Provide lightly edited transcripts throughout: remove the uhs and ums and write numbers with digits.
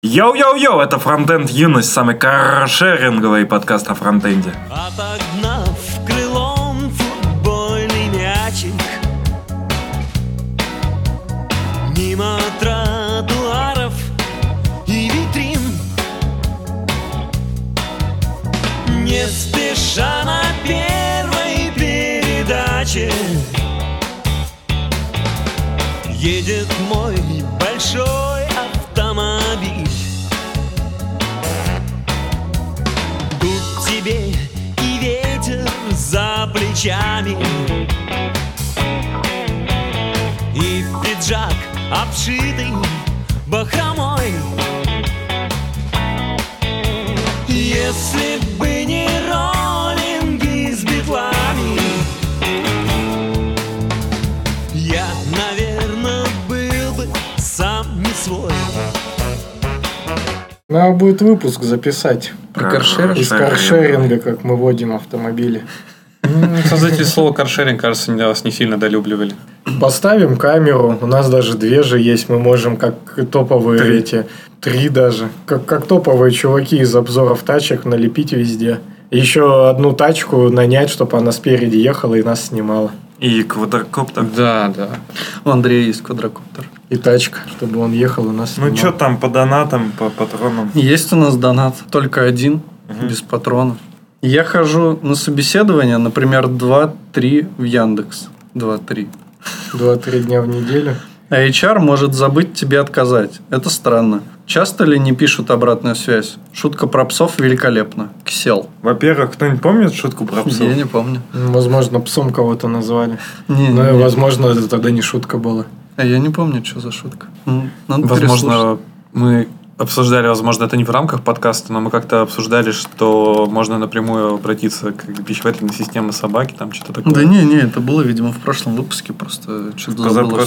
Йоу-йоу-йоу, это Фронтенд Юность, самый каршеринговый подкаст о фронтенде. Отогнав крылом футбольный мячик мимо тротуаров и витрин, не спеша на первой передаче едет мой большой автомобиль. Тут тебе и ветер за плечами, и пиджак, обшитый бахромой. Если бы не роллинги с битлами, я, наверное, был бы сам не свой. Надо будет выпуск записать. Про каршеринг? Из каршеринга, как мы водим автомобили. Создатели слова каршеринг, кажется, вас не сильно долюбливали. Поставим камеру. У нас даже 2 же есть. Мы можем как топовые 3 даже. Как топовые чуваки из обзоров тачек налепить везде. Еще одну тачку нанять, чтобы она спереди ехала и нас снимала. И квадрокоптер. Да. У Андрея есть квадрокоптер. И тачка, чтобы он ехал и нас снимал. Ну, что там по донатам, по патронам? Есть у нас донат, только один, без патронов. Я хожу на собеседование, например, 2-3 в Яндекс. 2-3. 2-3 дня в неделю. А HR может забыть тебе отказать. Это странно. Часто ли не пишут обратную связь? Шутка про псов великолепна. Ксел. Во-первых, кто-нибудь помнит шутку про псов? Я не помню. Возможно, псом кого-то назвали. Не. Возможно, это тогда не шутка была. А я не помню, что за шутка. Надо возможно, мы обсуждали, возможно, это не в рамках подкаста, но мы как-то обсуждали, что можно напрямую обратиться к пищеварительной системе собаки, там что-то такое. Да не, это было, видимо, в прошлом выпуске, просто что-то забылось.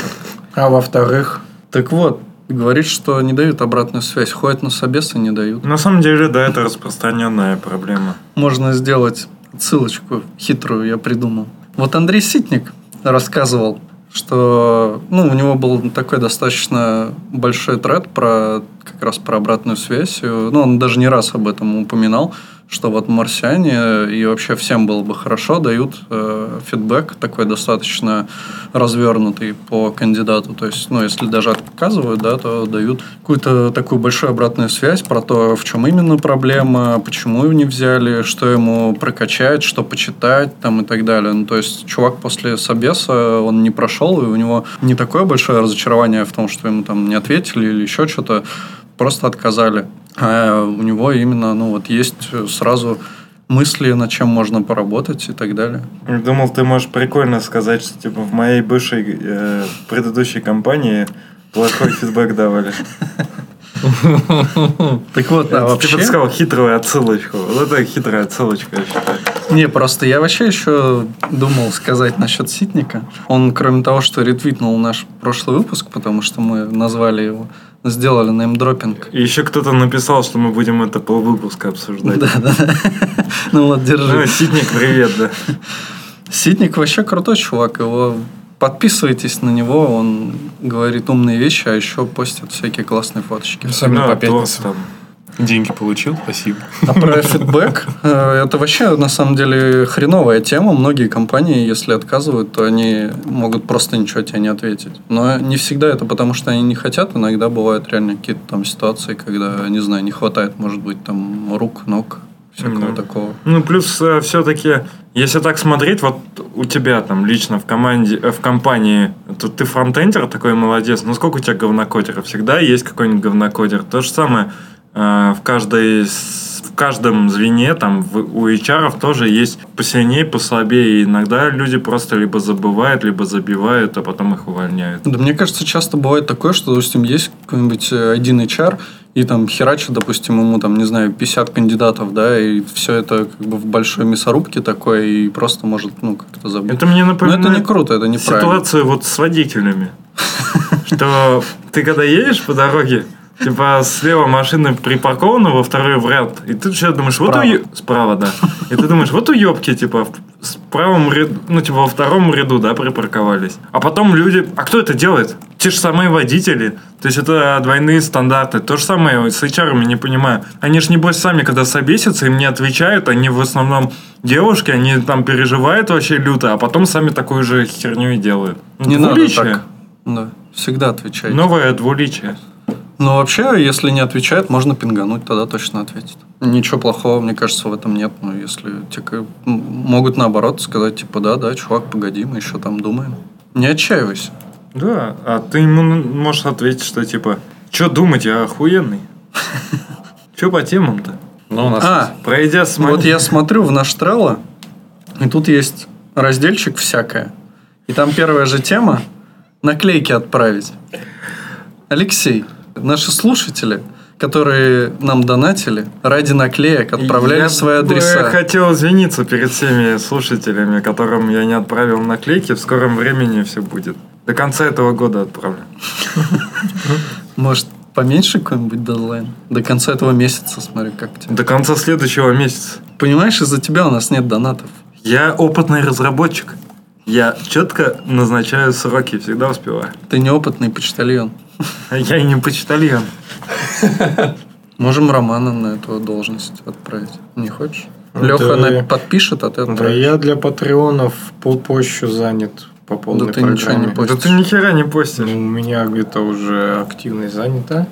А во-вторых? Так вот, говорит, что не дают обратную связь. Ходят на собес и не дают. На самом деле, да, это распространенная проблема. Можно сделать ссылочку хитрую, я придумал. Вот Андрей Ситник рассказывал, что у него был такой достаточно большой тред как раз про обратную связь. Он даже не раз об этом упоминал, что вот марсиане и вообще всем было бы хорошо, дают фидбэк такой достаточно развернутый по кандидату. То есть, если даже отказывают, да, то дают какую-то такую большую обратную связь про то, в чем именно проблема, почему его не взяли, что ему прокачать, что почитать там, и так далее. То есть, чувак после собеса, он не прошел, и у него не такое большое разочарование в том, что ему там не ответили или еще что-то, просто отказали. А у него именно, есть сразу мысли, над чем можно поработать и так далее. Думал, ты можешь прикольно сказать, что типа в моей бывшей предыдущей компании плохой фидбэк давали. Так вот, вообще... Ты сказал хитрую отсылочку. Вот это хитрая отсылочка, я считаю. Не, просто я вообще еще думал сказать насчет Ситника. Он, кроме того, что ретвитнул наш прошлый выпуск, потому что мы назвали его, сделали неймдропинг. И еще кто-то написал, что мы будем это полвыпуска обсуждать. Да. Ну вот, держи. Ситник, привет, да. Ситник вообще крутой чувак. Его подписывайтесь на него, он говорит умные вещи, а еще постит всякие классные фоточки. Особенно по пятницам. Деньги получил, спасибо. А про фидбэк, это вообще на самом деле хреновая тема. Многие компании, если отказывают, то они могут просто ничего тебе не ответить. Но не всегда это потому, что они не хотят. Иногда бывают реально какие-то там ситуации, когда, не знаю, не хватает, может быть, там рук, ног, всякого такого. Плюс все-таки, если так смотреть, вот у тебя там лично в компании, тут ты фронтендер такой молодец, сколько у тебя говнокодеров? Всегда есть какой-нибудь говнокодер. То же самое в каждом звене там у HR тоже есть посильнее, послабее. И иногда люди просто либо забывают, либо забивают, а потом их увольняют. Да, мне кажется, часто бывает такое, что, допустим, есть какой-нибудь один HR, и там херачит, допустим, ему там, не знаю, 50 кандидатов, да, и все это как бы в большой мясорубке такой, и просто может, как-то забыть. Это мне напоминает. Но это не круто, это неправильно. Ситуацию вот с водителями. Что ты когда едешь по дороге, типа слева машина припаркована во второй в ряд, и ты сейчас думаешь, справа, да. И ты думаешь, вот уебки, типа, в правом ряду, ну, типа, во втором ряду, да, припарковались. А потом люди... А кто это делает? Те же самые водители. То есть, это двойные стандарты. То же самое с HR-ами, не понимаю. Они же, небось, сами, когда собесятся, им не отвечают. Они в основном девушки, они там переживают вообще люто, а потом сами такую же херню и делают. Не Двуличие. надо так. Да, всегда отвечайте. Новое двуличие. Но вообще, если не отвечает, можно пингануть, тогда точно ответит. Ничего плохого, мне кажется, в этом нет. Но если могут наоборот сказать, типа, да, чувак, погоди, мы еще там думаем. Не отчаивайся. Да, а ты ему можешь ответить, что типа, что думать, я охуенный. Что по темам-то? Ну, у нас Пройдя с Вот я смотрю в наш Trello, и тут есть разделчик всякое. И там первая же тема – наклейки отправить. Алексей, наши слушатели, которые нам донатили, ради наклеек отправляли свои адреса. Я хотел извиниться перед всеми слушателями, которым я не отправил наклейки. В скором времени все будет. До конца этого года отправлю. Может, поменьше какой-нибудь дедлайн? До конца этого месяца, смотри, как тебе. До конца следующего месяца. Понимаешь, из-за тебя у нас нет донатов. Я опытный разработчик. Я четко назначаю сроки, всегда успеваю. Ты неопытный почтальон. Я и не почтальон. Можем Романа на эту должность отправить. Не хочешь? Ну, Леха подпишет, а ты Да отправишь. я для патреонов попозже занят по полной Да ты ничего не программе. постишь. Да ты ни хера не постишь. Ну, у меня где-то уже активность занята.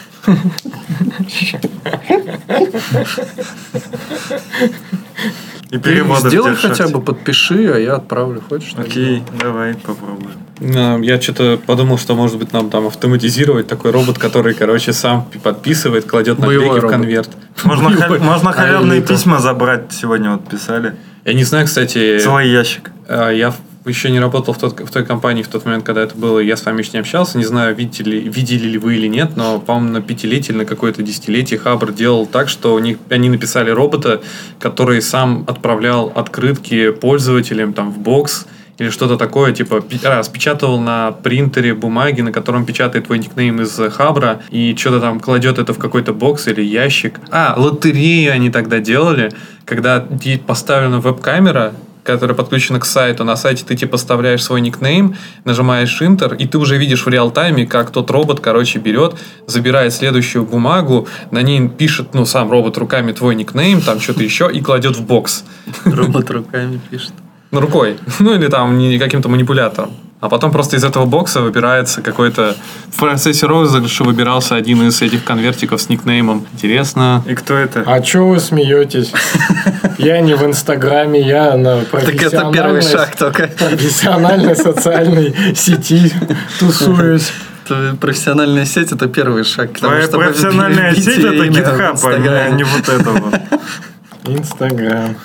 И Ты переводы сделай в те хотя шахте. бы, подпиши, а я отправлю. Хочешь? Окей, давай попробуем. Я что-то подумал, что, может быть, нам там автоматизировать такой робот, который, короче, сам подписывает, кладет Боевой наклейки в робот. конверт. Можно халявные элита. письма забрать. Сегодня вот писали. Я не знаю, кстати, Целый ящик. я еще не работал в той компании в тот момент, когда это было, я с вами еще не общался. Не знаю, видели ли вы или нет, но, по-моему, на 5-летие или на какое-то десятилетие Хабр делал так, что они написали робота, который сам отправлял открытки пользователям там в бокс или что-то такое, типа распечатывал на принтере бумаги, на котором печатает твой никнейм из Хабра, и что-то там кладет это в какой-то бокс или ящик. Лотерею они тогда делали, когда поставлена веб-камера, которая подключена к сайту. На сайте ты типа вставляешь свой никнейм, нажимаешь Enter, и ты уже видишь в реал-тайме, как тот робот, берет, забирает следующую бумагу, на ней пишет, сам робот руками твой никнейм, там что-то еще, и кладет в бокс. Робот руками пишет. Рукой. Или там каким-то манипулятором. А потом просто из этого бокса выбирается какой-то... В процессе розыгрыша выбирался один из этих конвертиков с никнеймом. Интересно. И кто это? А чё вы смеетесь? Я не в Инстаграме, я на Так это первый шаг только. профессиональной социальной сети тусуюсь. Профессиональная сеть – это первый шаг. к тому, Твоя чтобы профессиональная вбить сеть — это имя в GitHub, а Инстаграме. не вот это вот. Инстаграм.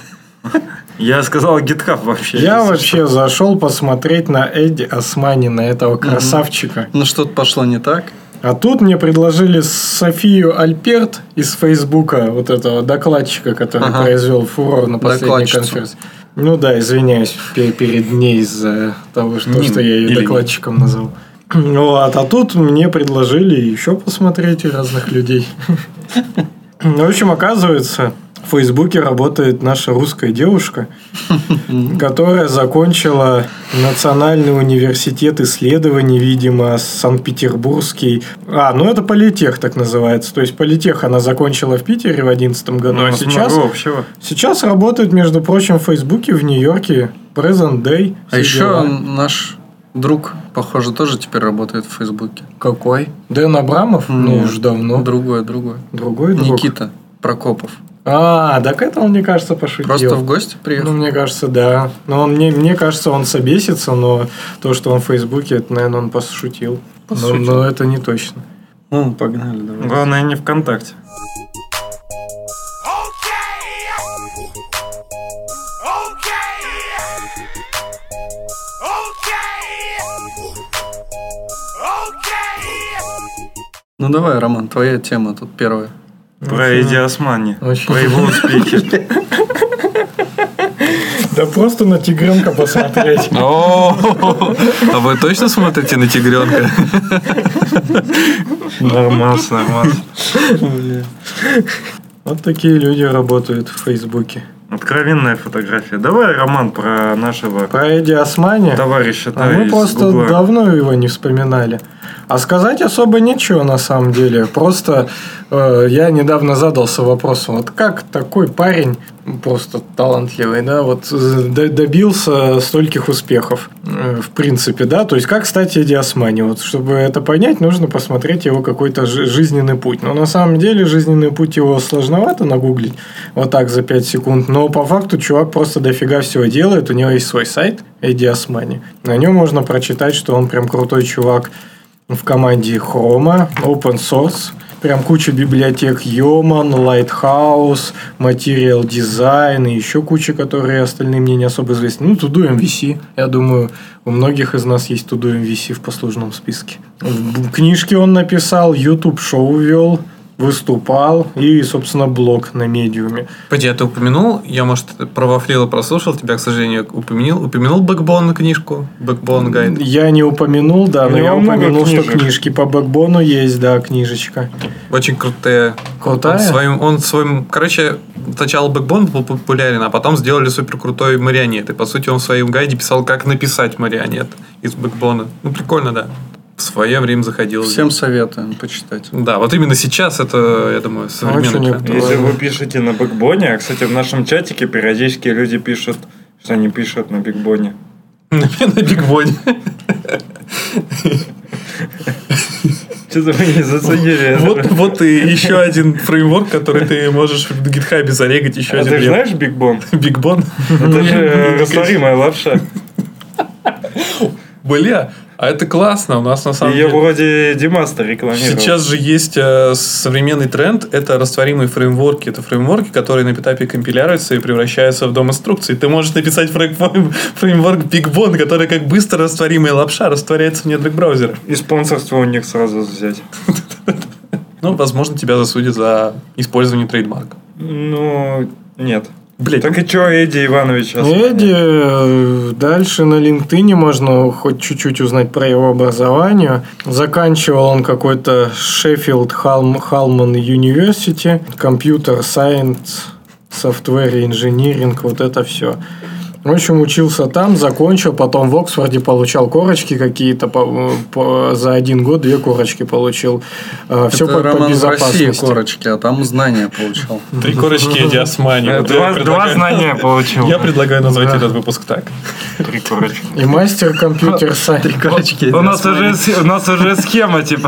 Я сказал GitHub вообще. Я если вообще зашел посмотреть на Эдди Османина, этого красавчика. Ну, что-то пошло не так. А тут мне предложили Софию Альперт из Фейсбука, вот этого докладчика, который Ага. произвел фурор на последней Докладчицу. конференции. Ну да, извиняюсь перед ней из-за того, что я ее или докладчиком назвал. Вот, а тут мне предложили еще посмотреть разных людей. В общем, оказывается, в Фейсбуке работает наша русская девушка, которая закончила Национальный университет исследований, видимо, Санкт-Петербургский. Это Политех так называется. То есть Политех она закончила в Питере в 2011 году, Ну, а сейчас, вообще. сейчас работает, между прочим, в Фейсбуке в Нью-Йорке. Present Day. А все еще дела. наш друг, похоже, тоже теперь работает в Фейсбуке. Какой? Дэн Абрамов? Ну, Нет. уж давно. Другой. Другой друг. Никита Прокопов. Так это он, мне кажется, пошутил. Просто в гости Ну, приехал. мне кажется, да. Но мне кажется, он собесится, но то, что он в Фейсбуке, это, наверное, он пошутил. Но это не точно. Погнали, давай. Главное, не ВКонтакте. Ну, давай, Роман, твоя тема тут первая. Про Эдди Османи. Очень. Про его успехи. Да просто на тигренка посмотреть. А вы точно смотрите на тигренка? Нормально. Вот такие люди работают в Фейсбуке. Откровенная фотография. Давай роман про нашего Про Эдди Османи. товарища. А мы из просто Гугла. давно его не вспоминали. А сказать особо нечего на самом деле. Просто я недавно задался вопросом, вот как такой парень, просто талантливый, да, вот добился стольких успехов, в принципе, да, то есть как стать Эдди Османи. Вот чтобы это понять, нужно посмотреть его какой-то жизненный путь. Но на самом деле жизненный путь его сложновато нагуглить вот так за 5 секунд, но по факту чувак просто дофига всего делает. У него есть свой сайт Эдди Османи. На нем можно прочитать, что он прям крутой чувак в команде Chroma, Open Source, прям куча библиотек Yeoman, Lighthouse, Material Design и еще куча, которые остальные мне не особо известны. Ну, Todo MVC. Я думаю, у многих из нас есть Todo MVC в послужном списке. Книжки он написал, YouTube-шоу вел, выступал и, собственно, блог на Медиуме. Погоди, а ты упомянул, я, может, про Вафлила прослушал, тебя, к сожалению, упомянул Backbone книжку, Backbone Guide? Я не упомянул, да, но У я него много упомянул, что книжек. книжки по Бэкбону есть, да, книжечка. Очень крутые. Крутая? Он своим, короче, сначала Backbone был популярен, а потом сделали супер крутой марионет. И, по сути, он в своем гайде писал, как написать марионет из Backbone. Ну, прикольно, да. В свое время заходил. Всем советуем почитать. Да, вот именно сейчас это, я думаю, современный Очень тренд. актуально. Если вы пишете на Бэкбоне, а, кстати, в нашем чатике периодически люди пишут, что они пишут на Бигбоне. На Бигбоне. Что-то вы не заценили. Вот и еще один фреймворк, который ты можешь в гитхабе зарегать. Еще А один. ты же знаешь Бигбон? Бигбон? Это же растворимая лапша. Бля, а это классно. У нас на самом Ее деле... вроде Димастер рекламировал. Сейчас же есть современный тренд, это растворимые фреймворки. Это фреймворки, которые на питапе компиляруются и превращаются в дом инструкций. Ты можешь написать фреймворк Bigбон, который как быстро растворимая лапша растворяется в недрах браузера. И спонсорство у них сразу взять. Ну, возможно, тебя засудят за использование трейдмарка. Ну, нет. Блять, Так и что, Эдди Иванович? Эдди, дальше на LinkedIn можно хоть чуть-чуть узнать про его образование. Заканчивал он какой-то Sheffield Halman University, Computer Science, Software Engineering, вот это все. В общем, учился там, закончил, потом в Оксфорде получал корочки какие-то, за 1 год 2 корочки получил. Все Это по Роман в России безопасности. корочки, а там знания получал. 3 корочки Эдди Османи. Вот я Два предлагаю- знания получил. Я предлагаю назвать этот выпуск так. 3 корочки. И мастер компьютер сайенс. Корочки. У нас уже схема, типа.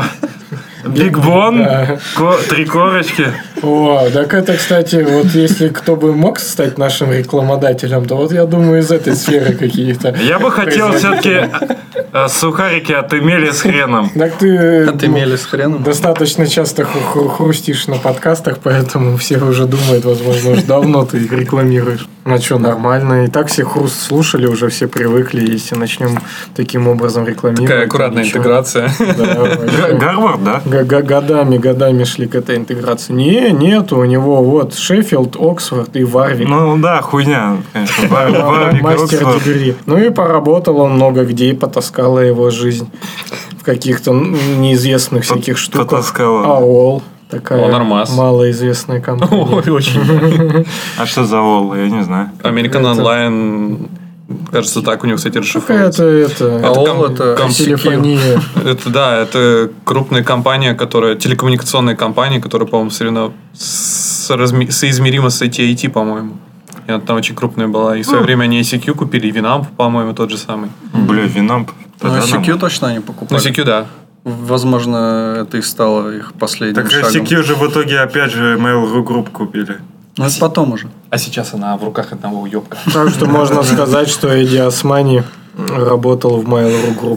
Бигбон, 3 корочки. О, так это, кстати, вот если кто бы мог стать нашим рекламодателем, то вот я думаю из этой сферы какие-то. Я бы хотел все-таки сухарики от Эмили с хреном. Так ты Отымели с хреном. достаточно часто хрустишь на подкастах, поэтому все уже думают, возможно, уже давно ты их рекламируешь. Ну что, нормально. И так все хруст слушали, уже все привыкли. Если начнем таким образом рекламировать. Такая аккуратная ничего. интеграция. Да, вообще. Гарвард, да? Годами шли к этой интеграции. Нету у него вот Шеффилд, Оксфорд и Варвик. Ну да, хуйня, конечно. Варвик, Мастер Оксфорд. дегри. Ну и поработал он много где, и потаскала его жизнь в каких-то неизвестных всяких штуках. Потаскала. АОЛ. Такая О, нормас. малоизвестная компания. Ой, очень. А что за Ол? Я не знаю. American Online, кажется, так у него, кстати, расшифровывается. Какая-то АОЛ это телефония. Это да, это крупная компания, которая телекоммуникационная компания, которая, по-моему, соизмерима с AT&T, по-моему. И она там очень крупная была. И в свое время они ICQ купили, и Winamp, по-моему, тот же самый. Бля, Винамп. Ну, CQ точно они Ну, покупали. CQ, да. Возможно, это и стало их последним Так шагом. CQ же в итоге опять же Mail.ru Group купили. Ну, это потом уже. А сейчас она в руках одного уебка. Так что можно сказать, что Эдди Османи работал в Mail.ru Group.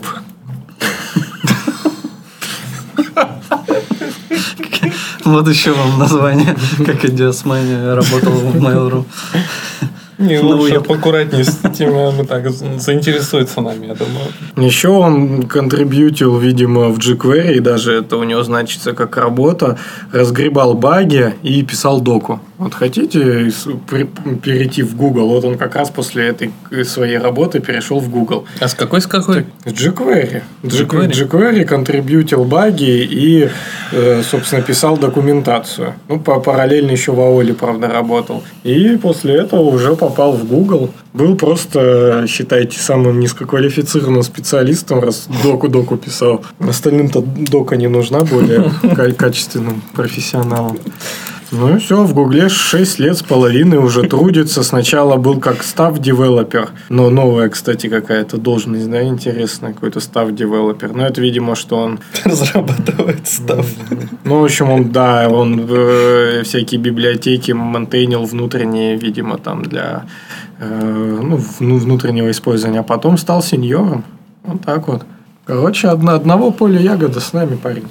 Вот еще вам название, как Эдди Османи работал в Mail.ru. Не, Ну, лучше я- поаккуратнее с этим, ну так, заинтересуется нами, я думаю. Еще он контрибьютил, видимо, в jQuery, и даже это у него значится как работа, разгребал баги и писал доку. Вот хотите перейти в Google? Вот он как раз после этой своей работы перешел в Google. А с какой? jQuery. jQuery контрибьютил баги и, собственно, писал документацию. Ну, параллельно еще в AOL, правда, работал. И после этого уже попал в Google. Был просто, считайте, самым низкоквалифицированным специалистом, раз доку писал. Остальным-то дока не нужна, более качественным профессионалам. Ну и все, в Гугле 6 лет с половиной уже трудится. Сначала был как staff-девелопер, но новая, кстати, какая-то должность, да, интересная, какой-то staff-девелопер. Но это, видимо, что он... Разрабатывает став. Ну, в общем, он всякие библиотеки монтейнил внутренние, видимо, там для внутреннего использования. А потом стал сеньором. Вот так вот. Короче, одного поля ягода с нами, парень.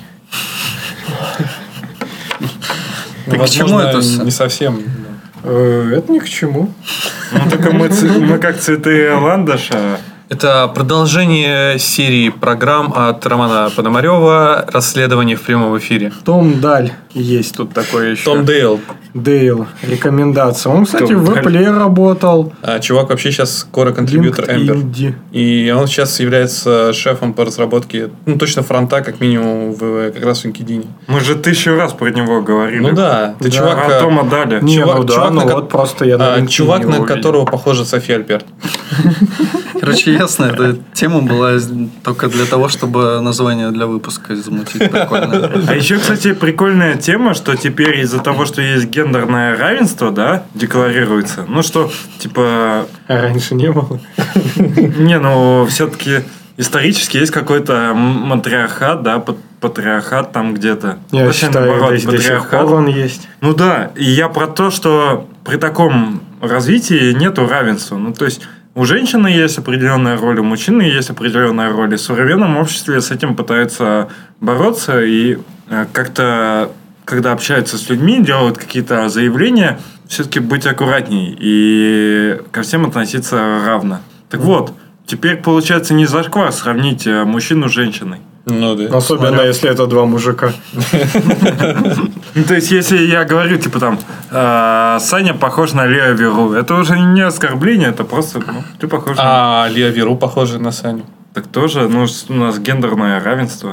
Ты к чему это? Не совсем. Это ни к чему. Ну, только мы как цветы ландыша. Это продолжение серии программ от Романа Пономарева «Расследование в прямом эфире». Том Даль есть тут такой еще. Том Дейл. Дейл. Рекомендация. Он, кстати, Том в Apple работал. А чувак вообще сейчас core-контрибьютор Ember. И он сейчас является шефом по разработке, точно фронта, как минимум, как раз в LinkedIn. Мы же 1000 раз про него говорили. Ну да. Ты Да. чувак... А Тома Даля. Просто я на LinkedIn чувак, его на увидел. которого похожа София Альперт. Короче, ясно, эта тема была только для того, чтобы название для выпуска замутить прикольно. А еще, кстати, прикольная тема, что теперь из-за того, что есть гендерное равенство, да, декларируется. Ну, что, типа... А раньше не было. Не, ну, все-таки исторически есть какой-то матриархат, да, патриархат там где-то. Я Точнее, считаю, наоборот, до сих пор он есть. Ну да, и я про то, что при таком развитии нету равенства. Ну, то есть... У женщины есть определенная роль, у мужчины есть определенная роль. И в современном обществе с этим пытаются бороться. И как-то, когда общаются с людьми, делают какие-то заявления, все-таки быть аккуратней и ко всем относиться равно. Так вот, теперь получается не зашквар сравнить мужчину с женщиной. Ну да. Особенно, если это два мужика. Ну, то есть, если я говорю, типа там, Саня похож на Лео Веру, это уже не оскорбление, это просто, ты похож на... А Лео Веру похожа на Саню. Так тоже, у нас гендерное равенство.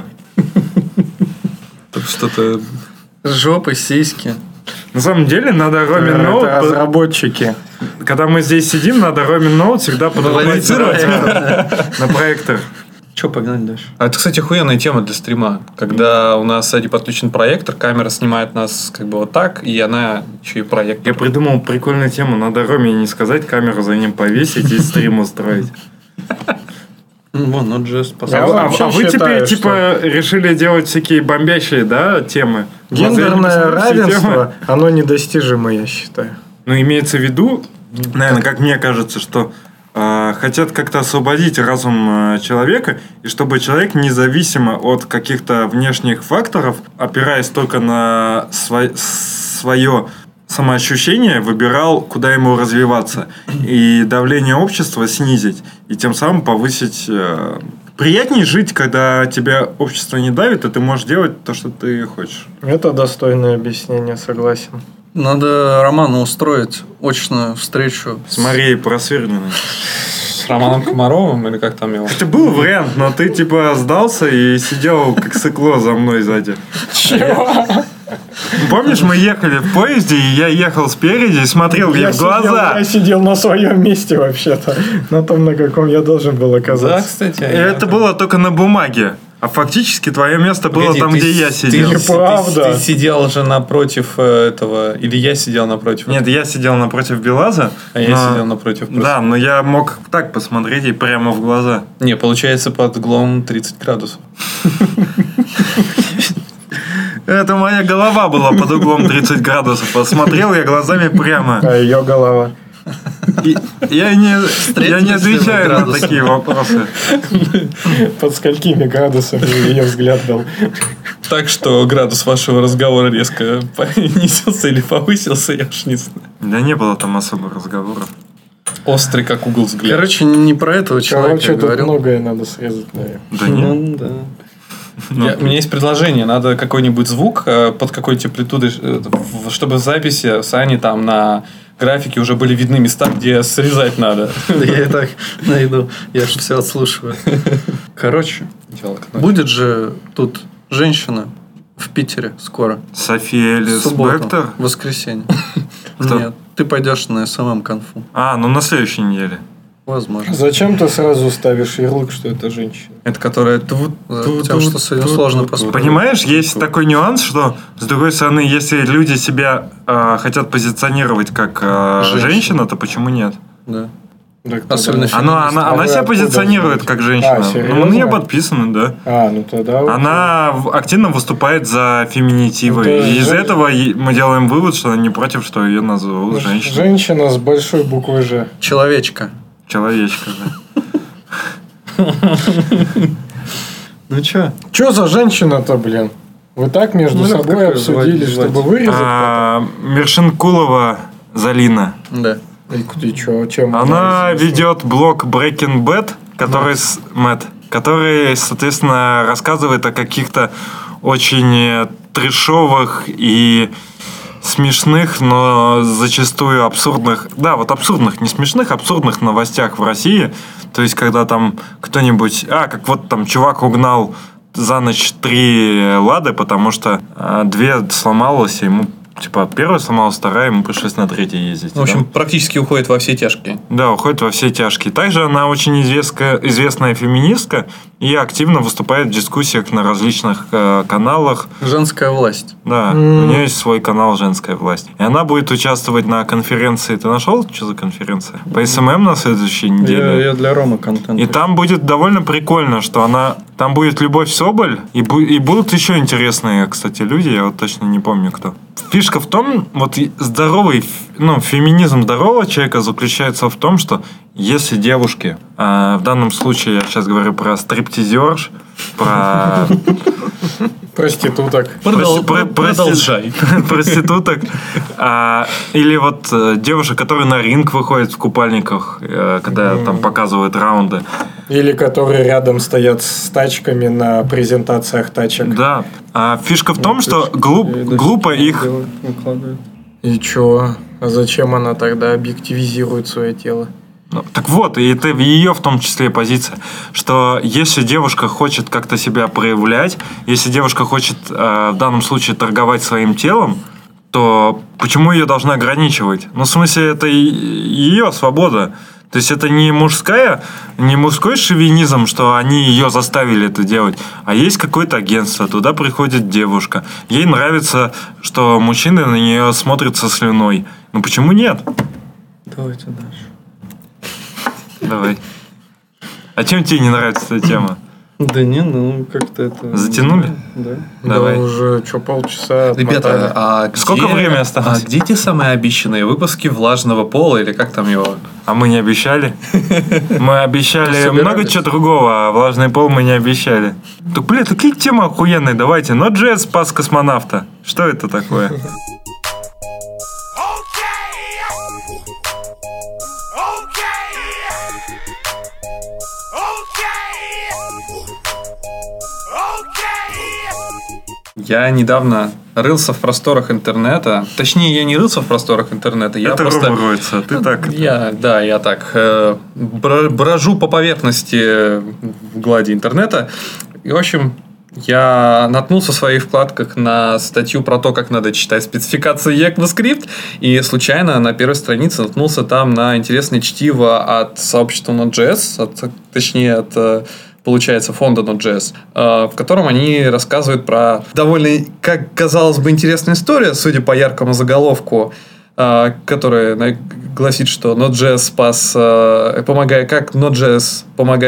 Тут что-то... Жопы, сиськи. На самом деле, надо Ромин Это Ноут... разработчики. Когда мы здесь сидим, надо Ромин Ноут всегда подавать на проектор. Че, погнали дальше? А это, кстати, охуенная тема для стрима. Когда у нас сзади подключен проектор, камера снимает нас как бы вот так, и она еще и проектор. Я придумал прикольную тему. Надо Роме не сказать, камеру за ним повесить и стрим устроить. Вон, Node.js Я поставил. вообще А вы считаю, теперь, типа, решили делать всякие бомбящие, да, темы? Гендерное Все темы. равенство, оно недостижимо, я считаю. Ну, имеется в виду, наверное, как мне кажется, что хотят как-то освободить разум человека, и чтобы человек независимо от каких-то внешних факторов, опираясь только на свое самоощущение, выбирал, куда ему развиваться. И давление общества снизить. И тем самым повысить... Приятнее жить, когда тебя общество не давит, и ты можешь делать то, что ты хочешь. Это достойное объяснение, согласен. Надо Роману устроить очную встречу. С Марией Просвирниной. С Романом Комаровым или как там его? Это был вариант, но ты типа сдался и сидел как сыкло за мной сзади. Чего? Помнишь, мы ехали в поезде, и я ехал спереди и смотрел ей в глаза. Я сидел на своем месте вообще-то. На том, на каком я должен был Да, оказаться. кстати. И это было только на бумаге. А фактически твое место было там, где я сидел. Неправда. Ты сидел же напротив этого... Или я сидел напротив? Нет, я сидел напротив Белаза. А я сидел напротив. просто. Да, но я мог так посмотреть ей прямо в глаза. Не, получается под углом 30 градусов. Это моя голова была под углом 30 градусов. Посмотрел я глазами прямо. А ее голова. Я не отвечаю на градусов. такие вопросы. Под сколькими градусами ее взгляд был? Так что градус вашего разговора резко понизился или повысился, я уж не знаю. Да не было там особо разговоров. Острый, как угол взгляд. Короче, не про этого человека Короче, я тут говорил. многое надо срезать, наверное. Да нет. Ну, да. У меня есть предложение. Надо какой-нибудь звук под какой-то амплитудой, чтобы в записи Сани там на графике уже были видны места, где срезать надо. Да я и так найду. Я же все отслушиваю. Короче, будет же тут женщина в Питере скоро. София В Элис субботу, Бектор? в воскресенье. Кто? Нет, ты пойдешь на СММ-конфу. Ну на следующей неделе. Возможно. Зачем ты сразу ставишь ярлык, что это женщина? Это которая... Потому что с этим сложно поспорить. Понимаешь, есть такой нюанс, что, с другой стороны, если люди себя хотят позиционировать как женщина, то почему нет? Да. Так, Особенно тогда- Она себя позиционирует как женщина. серьезно? Мы на нее подписаны, да. Ну тогда... окей. Она активно выступает за феминитивы. Это И из женщина. этого мы делаем вывод, что она не против, что ее назовут женщиной. Женщина с большой буквы «Ж». Человечка. Человечка, да. Ну чё? Че за женщина-то, блин? Вы так между собой как обсудили, звать? чтобы вырезать? Мершинкулова Залина. Да. И чё, чем Она известна? ведет блог Breaking Bad, который, соответственно, рассказывает о каких-то очень трешовых и смешных, но зачастую абсурдных, абсурдных, не смешных, абсурдных новостях в России. То есть, когда там кто-нибудь, как вот там чувак угнал за ночь 3 лады, потому что 2 сломалось, и ему первая сломалась, вторая, ему пришлось на 3 ездить. В общем, практически уходит во все тяжкие. Да, уходит во все тяжкие. Также она очень известная феминистка и активно выступает в дискуссиях на различных каналах. Женская власть. Да, у нее есть свой канал «Женская власть». И она будет участвовать на конференции. Ты нашел, что за конференция? По СММ на следующей неделе. Я для Ромы контент. И там будет довольно прикольно, что там будет Любовь Соболь, и будут еще интересные, кстати, люди, я вот точно не помню, кто. Фишка в том, вот здоровый, феминизм здорового человека заключается в том, что если девушки, в данном случае я сейчас говорю про стриптизерш, про Проституток. Продолжай. проституток, или вот девушек, которые на ринг выходят в купальниках, когда там показывают раунды. Или которые рядом стоят с тачками на презентациях тачек. Да. А фишка в том, что глупо их... И чё? А зачем она тогда объективизирует свое тело? Так вот, и это ее в том числе позиция, что если девушка хочет как-то себя проявлять, если девушка хочет в данном случае торговать своим телом, то почему ее должны ограничивать? В смысле, это ее свобода. То есть это не мужской шовинизм, что они ее заставили это делать, а есть какое-то агентство, туда приходит девушка. Ей нравится, что мужчины на нее смотрят со слюной. Почему нет? Давайте дальше. Давай. А чем тебе не нравится эта тема? Да не, как-то это... Затянули? Да. Давай. Да уже полчаса отмотали. Ребята, Сколько времени осталось? где те самые обещанные выпуски «Влажного пола» или как там его? А мы не обещали? Мы обещали много чего другого, а влажный пол мы не обещали. Так, такие темы охуенные, давайте. Node.js спас космонавта. Что это такое? Я недавно рылся в просторах интернета. Точнее, я не рылся в просторах интернета. Я Это просто... Рома роется, ты так... Я так брожу по поверхности в глади интернета. И, в общем, я наткнулся в своих вкладках на статью про то, как надо читать спецификации ECMAScript, и случайно на первой странице наткнулся там на интересное чтиво от сообщества Node.js, точнее, от... получается, фонда Node.js, в котором они рассказывают про довольно, как казалось бы, интересная история, судя по яркому заголовку, которая гласит, что Node.js спас, как Node.js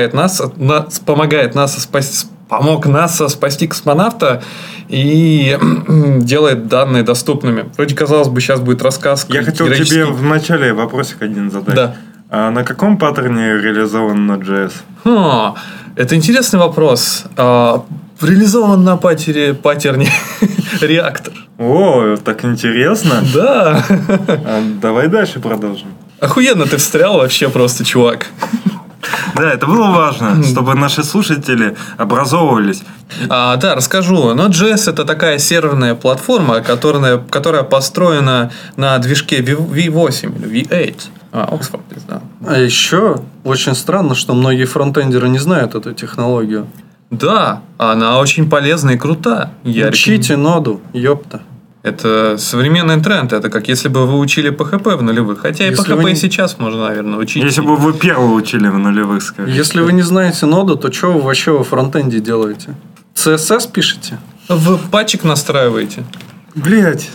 помог НАСА спасти космонавта и делает данные доступными. Вроде, казалось бы, сейчас будет рассказ. Я хотел тебе в начале вопросик один задать. Да. А на каком паттерне реализован Node.js? Это интересный вопрос. Реализован на паттерне реактор. О, так интересно. Да. Давай дальше продолжим. Охуенно ты встрял вообще просто, чувак. Да, это было важно, чтобы наши слушатели образовывались. Да, расскажу. Node.js — это такая серверная платформа, которая построена на движке V8 или V8. Oxford, да. А еще очень странно, что многие фронтендеры не знают эту технологию. Да, она очень полезна и крута. Учите ноду, ёпта. Это современный тренд. Это как если бы вы учили PHP в нулевых. Хотя и Если PHP вы и не- сейчас можно, наверное, учить. Если бы вы первого учили в нулевых, скажите. Если вы не знаете ноду, то что вы вообще во фронтенде делаете? CSS пишете? Вы патчик настраиваете. Блять.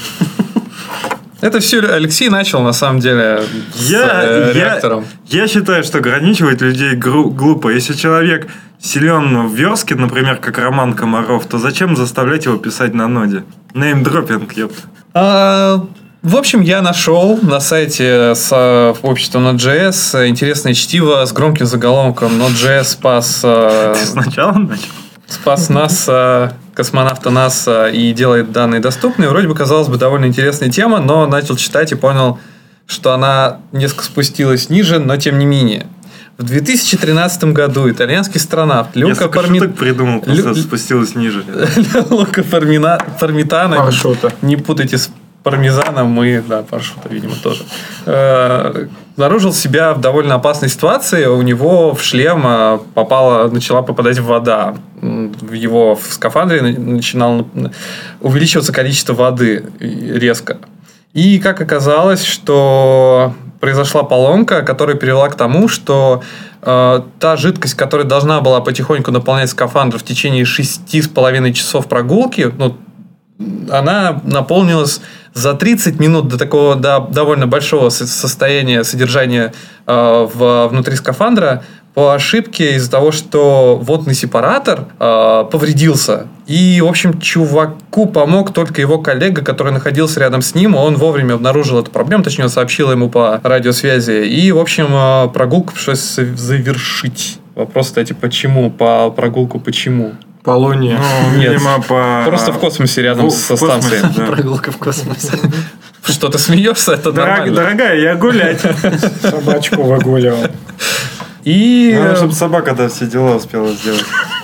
Это все Алексей начал, на самом деле, с реактором. Я считаю, что ограничивать людей глупо. Если человек силен в верстке, например, как Роман Комаров, то зачем заставлять его писать на ноде? Неймдропинг, ёпта. В общем, я нашел на сайте общества Node.js интересное чтиво с громким заголовком Node.js Ты сначала начал? спас НАСА, космонавта НАСА и делает данные доступны. Вроде бы, казалось бы, довольно интересная тема, но начал читать и понял, что она несколько спустилась ниже, но тем не менее. В 2013 году итальянский астронавт Люка придумал, просто спустилась ниже. Пармитано, Паршута. не путайте с пармезаном и, паршута, видимо, тоже, обнаружил себя в довольно опасной ситуации. У него в шлем начала попадать вода. В скафандре начинало увеличиваться количество воды резко. И как оказалось, что произошла поломка, которая привела к тому, что та жидкость, которая должна была потихоньку наполнять скафандр в течение 6,5 часов прогулки, она наполнилась за 30 минут до такого довольно большого состояния содержания внутри скафандра по ошибке из-за того, что водный сепаратор повредился. И, в общем, чуваку помог только его коллега, который находился рядом с ним. Он вовремя обнаружил эту проблему, точнее, он сообщил ему по радиосвязи. И, в общем, прогулку пришлось завершить. Вопрос, кстати, почему? По прогулку почему? По Луне. Нет, Видимо, просто в космосе рядом со станцией. Прогулка в космосе. Что ты смеешься? Это нормально. Дорогая, я гулять. Собачку выгуливал. И... Надо, чтобы собака все дела успела сделать.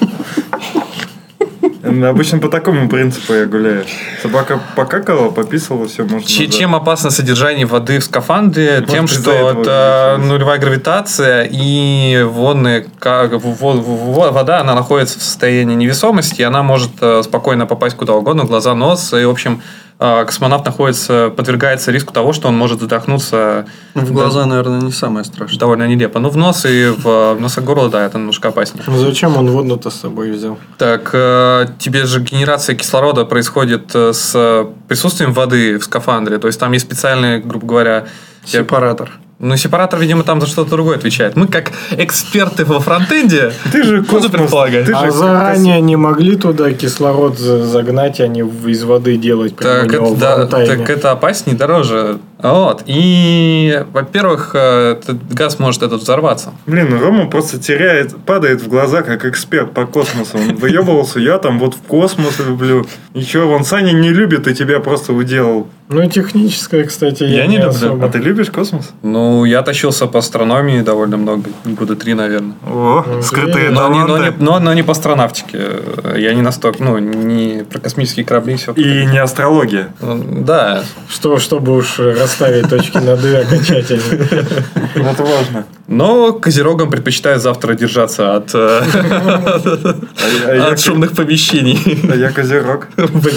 Обычно по такому принципу я гуляю. Собака покакала, пописала, все можно. Чем опасно содержание воды в скафандре? Может, Тем, из-за что этого это увеличилось. нулевая гравитация, и вода, она находится в состоянии невесомости, и она может спокойно попасть куда угодно, в глаза, нос. И, в общем, космонавт подвергается риску того, что он может задохнуться. В глаза, наверное, не самое страшное. Довольно нелепо. В нос и в носогорло, да, это немножко опаснее. Ну зачем он воду-то с собой взял? Так, тебе же генерация кислорода происходит с присутствием воды в скафандре. То есть там есть специальный, грубо говоря, Сепаратор. сепаратор, видимо, там за что-то другое отвечает. Мы, как эксперты во фронтенде, Ты же можно космос. предполагать. Ты А же заранее не могли туда кислород загнать, а не из воды делать прямо у него в рантайме? Так это опаснее, дороже. Вот. И, во-первых, этот газ может взорваться. Блин, Рома просто падает в глаза, как эксперт по космосу. Он выебывался, я там в космос люблю. Ничего, вон Саня не любит и тебя просто уделал. Ну и техническое, кстати, Я не люблю. особо. А ты любишь космос? Я тащился по астрономии довольно много, года 3, наверное. О, скрытые Но таланты. не по астронавтике. Я не настолько, не про космические корабли, все. И не астрология. Да. Чтобы уж расставить точки над «и» окончательно. Это важно. Но козерогам предпочитают завтра держаться от шумных помещений. А я козерог.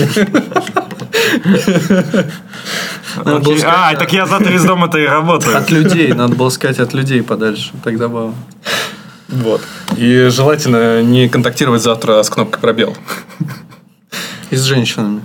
Надо было сказать, так я завтра из дома-то и работаю. от людей. Надо было сказать от людей подальше. Так забавно. Вот. И желательно не контактировать завтра с кнопкой пробел. И с женщинами.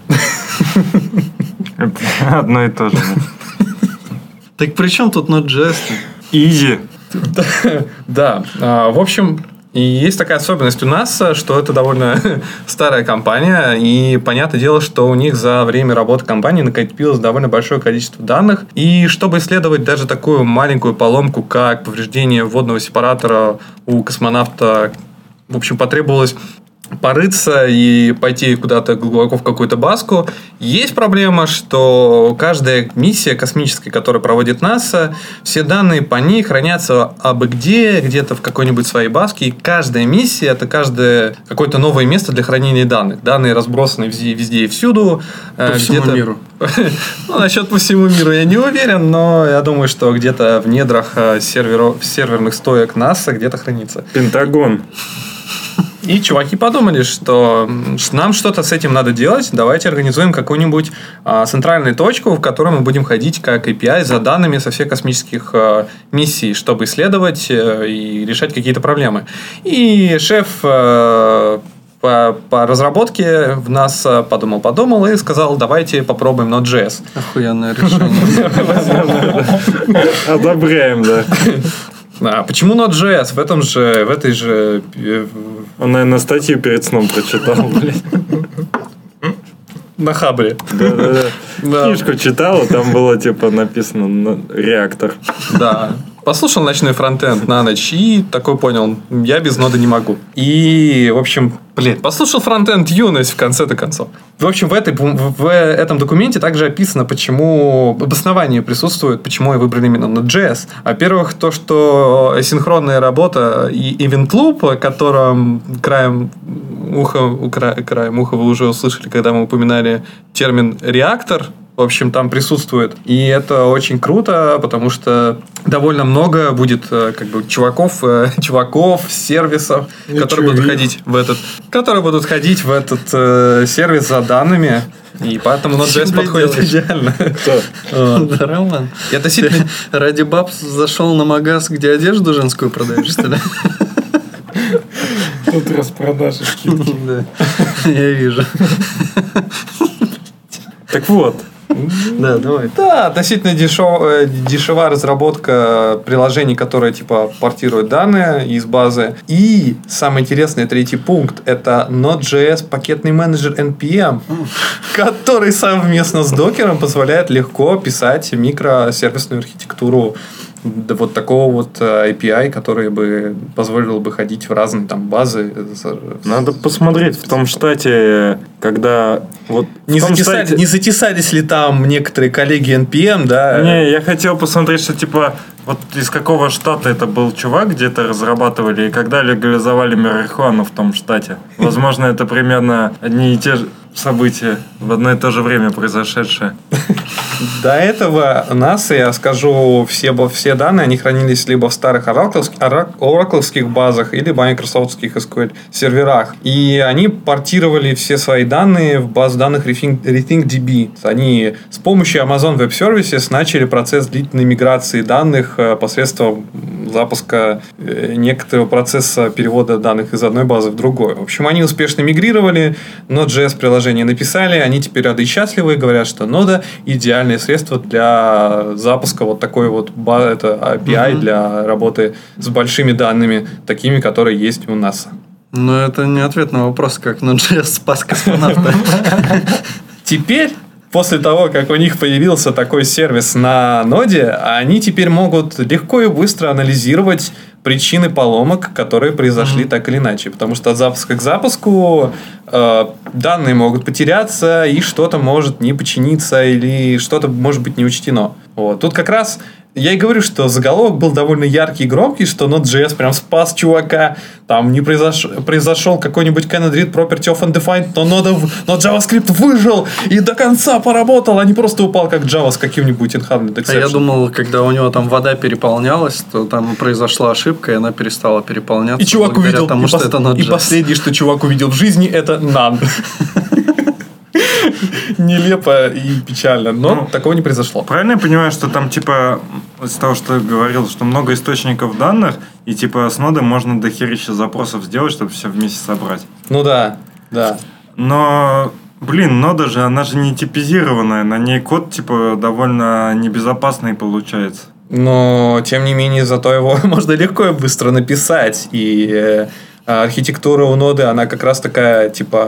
Это одно и то же. Так при чем тут Node.js? Изи. Да. В общем, и есть такая особенность у нас, что это довольно старая компания, и понятное дело, что у них за время работы компании накопилось довольно большое количество данных, и чтобы исследовать даже такую маленькую поломку, как повреждение водного сепаратора у космонавта, в общем, потребовалось порыться и пойти куда-то глубоко в какую-то базку. Есть проблема, что каждая миссия космическая, которую проводит НАСА, все данные по ней хранятся абы где-то в какой-нибудь своей базке. И каждая миссия – это каждое какое-то новое место для хранения данных. Данные разбросаны везде и всюду. По всему миру. Ну, насчет по всему миру я не уверен, но я думаю, что где-то в недрах серверных стоек НАСА где-то хранится. Пентагон. И чуваки подумали, что нам что-то с этим надо делать. Давайте организуем какую-нибудь центральную точку, в которой мы будем ходить как API за данными со всех космических миссий, чтобы исследовать и решать какие-то проблемы. И шеф по разработке в нас подумал и сказал, давайте попробуем Node.js. Охуенное решение. Одобряем, да. А почему Node.js? В этой же... Он, наверное, статью перед сном прочитал, блядь. На Хабре. Да. Книжку читал, там было типа написано реактор. Да. Послушал ночной фронтенд на ночь и такой понял, я без ноды не могу. И, в общем, послушал фронтенд юность в конце-то концов. В общем, в этом документе также описано, почему обоснование присутствует, почему я выбрал именно Node.js. Во-первых, то, что асинхронная работа и Event Loop, о котором краем уха вы уже услышали, когда мы упоминали термин реактор, в общем, там присутствует. И это очень круто, потому что довольно много будет чуваков, сервисов, которые будут ходить в этот сервис за данными. И поэтому Node.js подходит идеально. Да, Роман. Я относительно... Ради баб зашел на магаз, где одежду женскую продаешь, что ли? Тут распродажи. Да, я вижу. Так вот. Да, давай. Да, относительно дешевая разработка приложений, которые типа портируют данные из базы. И самый интересный третий пункт – это Node.js пакетный менеджер NPM, который совместно с докером позволяет легко писать микросервисную архитектуру вот такого вот API, который бы позволил бы ходить в разные там базы. Надо посмотреть в том штате, когда вот не затесались ли там некоторые коллеги NPM, да? Не, я хотел посмотреть, что типа вот из какого штата это был чувак, где-то разрабатывали, и когда легализовали марихуану в том штате. Возможно, это примерно одни и те же события в одно и то же время произошедшие. До этого нас, я скажу, все данные, они хранились либо в старых оракловских базах, или в майкрософтских SQL серверах. И они портировали все свои данные в базу данных RethinkDB. Они с помощью Amazon Web Services начали процесс длительной миграции данных посредством запуска некоторого процесса перевода данных из одной базы в другую. В общем, они успешно мигрировали, Node.js приложение написали, они теперь рады и счастливы, говорят, что нода идеальное средство для запуска вот такой вот это API для работы с большими данными, такими, которые есть у NASA. Но это не ответ на вопрос, как Node.js спас космонавта. Теперь, после того, как у них появился такой сервис на ноде, они теперь могут легко и быстро анализировать причины поломок, которые произошли так или иначе. Потому что от запуска к запуску данные могут потеряться, и что-то может не починиться, или что-то может быть не учтено. Вот. Тут как раз я и говорю, что заголовок был довольно яркий и громкий, что Node.js прям спас чувака. Там не произошел какой-нибудь cannot read property of undefined, но JavaScript выжил и до конца поработал, а не просто упал как Java с каким-нибудь unhandled exception. А я думал, когда у него там вода переполнялась, то там произошла ошибка, и она перестала переполняться. И чувак увидел, тому, что это Node.js. И последнее, что чувак увидел в жизни, это none. Нелепо и печально, но такого не произошло. Правильно я понимаю, что там типа из того, что ты говорил, что много источников данных, и типа с ноды можно дохерища запросов сделать, чтобы все вместе собрать. Ну да. Но, блин, нода же, она же не типизированная, на ней код типа довольно небезопасный получается. Но, тем не менее, зато его можно легко и быстро написать. И архитектура у ноды, она как раз такая, типа,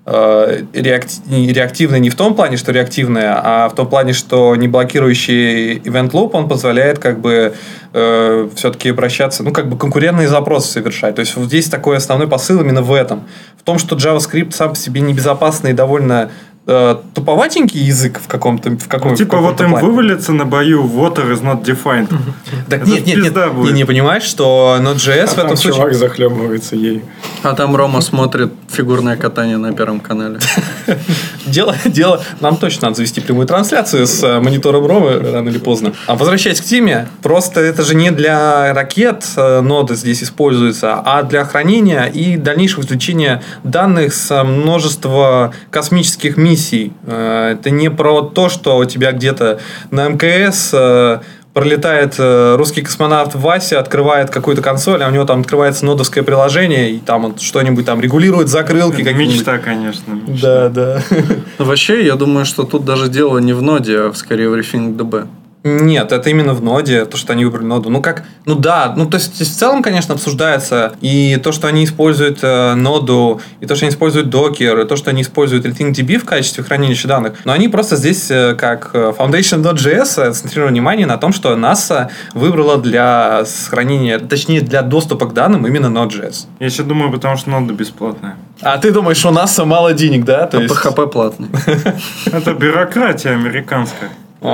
реактивная не в том плане, что реактивная, а в том плане, что не блокирующий event loop, он позволяет как бы все-таки обращаться, ну, как бы конкурентные запросы совершать. То есть, вот здесь такой основной посыл именно в этом. В том, что JavaScript сам по себе небезопасный и довольно туповатенький язык в каком-то Типа вот им плане. вывалится на бою water is not defined. Так Это нет, пизда будет. не понимаешь, что Node.js в Там этом случае... чувак захлебывается ею. А там Рома смотрит фигурное катание на Первом канале. Дело, нам точно надо завести прямую трансляцию с монитором Ромы рано или поздно. А возвращаясь к теме, просто это же не для ракет ноды здесь используется, а для хранения и дальнейшего извлечения данных с множества космических миссий. Это не про то, что у тебя где-то на МКС пролетает русский космонавт Вася, открывает какую-то консоль, а у него там открывается нодовское приложение, и там он что-нибудь там регулирует закрылки какие-нибудь. Мечта, конечно. Да. Вообще, я думаю, что тут даже дело не в ноде, а скорее в RefingDB. Нет, это именно в ноде, то, что они выбрали ноду. То есть в целом, конечно, обсуждается и то, что они используют ноду, и то, что они используют докер, и то, что они используют RethinkDB в качестве хранилища данных. Но они просто здесь, как Foundation.js, акцентрируют внимание на том, что NASA выбрала для сохранения, точнее, для доступа к данным именно Node.js. Я еще думаю, потому что нода бесплатная. А ты думаешь, у NASA мало денег, да? А PHP платный. Это бюрократия американская.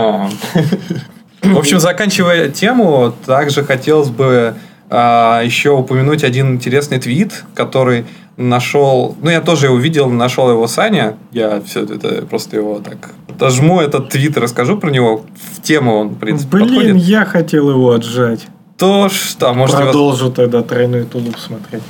В общем, заканчивая тему, также хотелось бы еще упомянуть один интересный твит, который нашел... Ну, я тоже его видел, нашел его Саня. Я все это просто его так дожму, этот твит и расскажу про него. В тему он, в принципе, подходит. Я хотел его отжать. То что, может, Продолжу тогда тройной тулуп смотреть.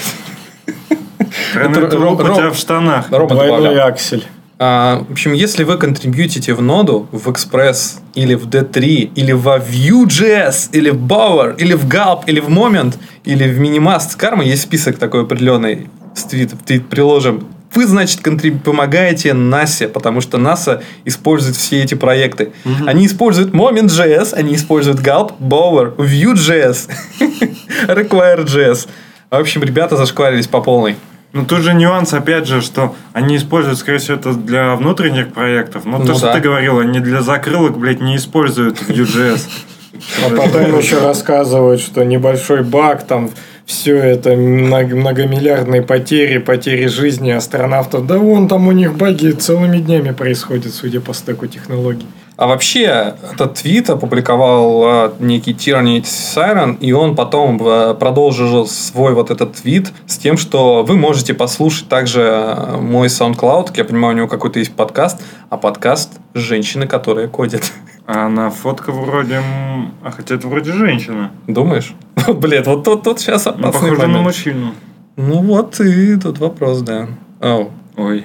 Тройной тулуп у тебя в штанах. Рома Двойной добавлял. аксель. В общем, если вы контрибьютите в ноду, в Express, или в D3, или во Vue.js, или в Bower, или в Gulp, или в Moment, или в Minimast Karma, есть список такой определенный, в твит приложим, вы, значит, помогаете NASA, потому что NASA использует все эти проекты. Они используют Moment.js, они используют Gulp, Bower, Vue.js, Require.js. В общем, ребята зашкварились по полной. Ну, тут же нюанс, опять же, что они используют, скорее всего, это для внутренних проектов. Но то, что ты говорил, они для закрылок, блядь, не используют Vue.js. А потом еще рассказывают, что небольшой баг, там все это многомиллиардные потери жизни астронавтов. Да вон там у них баги целыми днями происходят, судя по стеку технологий. А вообще, этот твит опубликовал некий Tyranny Siren, и он потом продолжил свой вот этот твит с тем, что вы можете послушать также мой SoundCloud. Я понимаю, у него какой-то есть подкаст, а подкаст «Женщины, которые кодят». А она фотка вроде... А хотя это вроде женщина. Думаешь? Блин, вот тут сейчас Ну, опасный похоже на момент. мужчину. Ну вот и тут вопрос, да. Ой.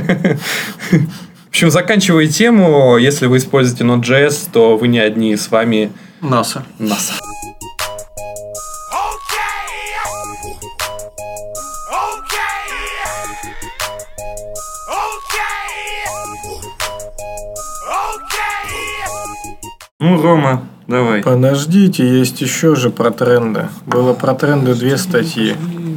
В общем, заканчивая тему, если вы используете Node.js, то вы не одни, с вами NASA. NASA. Ну, Рома, давай. Подождите, есть еще же про тренды. Было про тренды 2 статьи.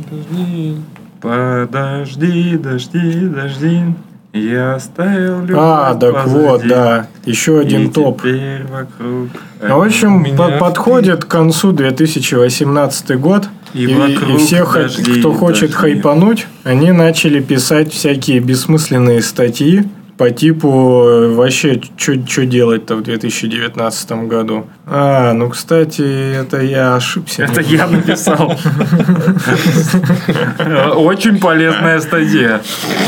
Подожди. Я оставил любовь Так позади. вот, да. Еще один И топ. теперь вокруг. Ну, в общем, меня подходит к концу 2018 год. И И вокруг все, дожди, кто хочет дожди. хайпануть, они начали писать всякие бессмысленные статьи по типу вообще, что делать-то в 2019 году. Ну, кстати, это я ошибся. Это я написал. Очень полезная статья.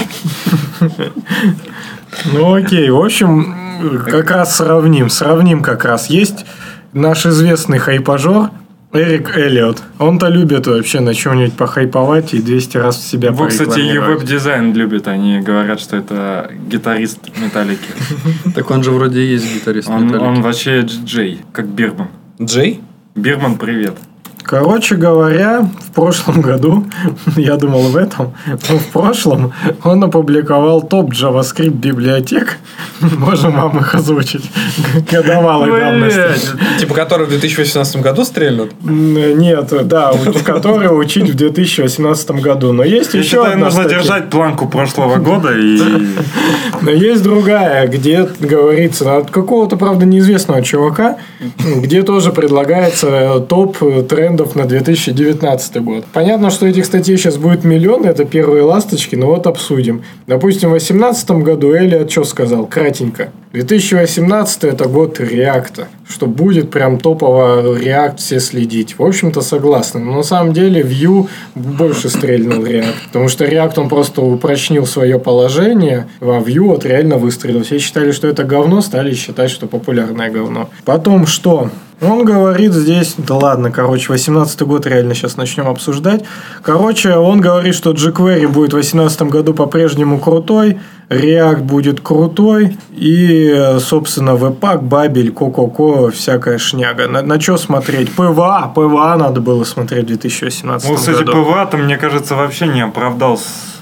Ну, окей. В общем, как раз сравним как раз. Есть наш известный хайпажор Эрик Эллиот. Он-то любит вообще на чем-нибудь похайповать и 200 раз в себя Его, кстати, и порекламировать. веб-дизайн любит. Они говорят, что это гитарист Металлики. Так он же вроде и есть гитарист Он Металлики. вообще диджей, как Бирман. Джей? Бирман, привет. Короче говоря, в прошлом году, я думал в этом, но в прошлом он опубликовал топ JavaScript библиотек. Можем вам их озвучить. Годовалой давности. Типа, который в 2018 году стрельнут? Нет, да, которые учить в 2018 году. Но есть Я еще считаю, одна нужно статья. держать планку прошлого года и... Но есть другая, где говорится от какого-то, правда, неизвестного чувака, где тоже предлагается топ трендов на 2019 год. Понятно, что этих статей сейчас будет миллион, это первые ласточки, но вот обсудим. Допустим, в 2018 году Элиот что сказал? Кратенько. 2018 это год реакта, что будет прям топово реакт все следить. В общем-то, согласны. Но на самом деле Vue больше стрельнул реакт, потому что реакт он просто упрочнил свое положение, а Vue вот реально выстрелил. Все считали, что это говно, стали считать, что популярное говно. Потом что? Он говорит здесь, да ладно, короче, 18 год реально сейчас начнем обсуждать. Короче, он говорит, что jQuery будет в 2018 году по-прежнему крутой, React будет крутой, и, собственно, Webpack, Babel, Ко-ко-ко, всякая шняга. На что смотреть? ПВА надо было смотреть в 2018 году. Ну, кстати, ПВА-то, мне кажется, вообще не оправдал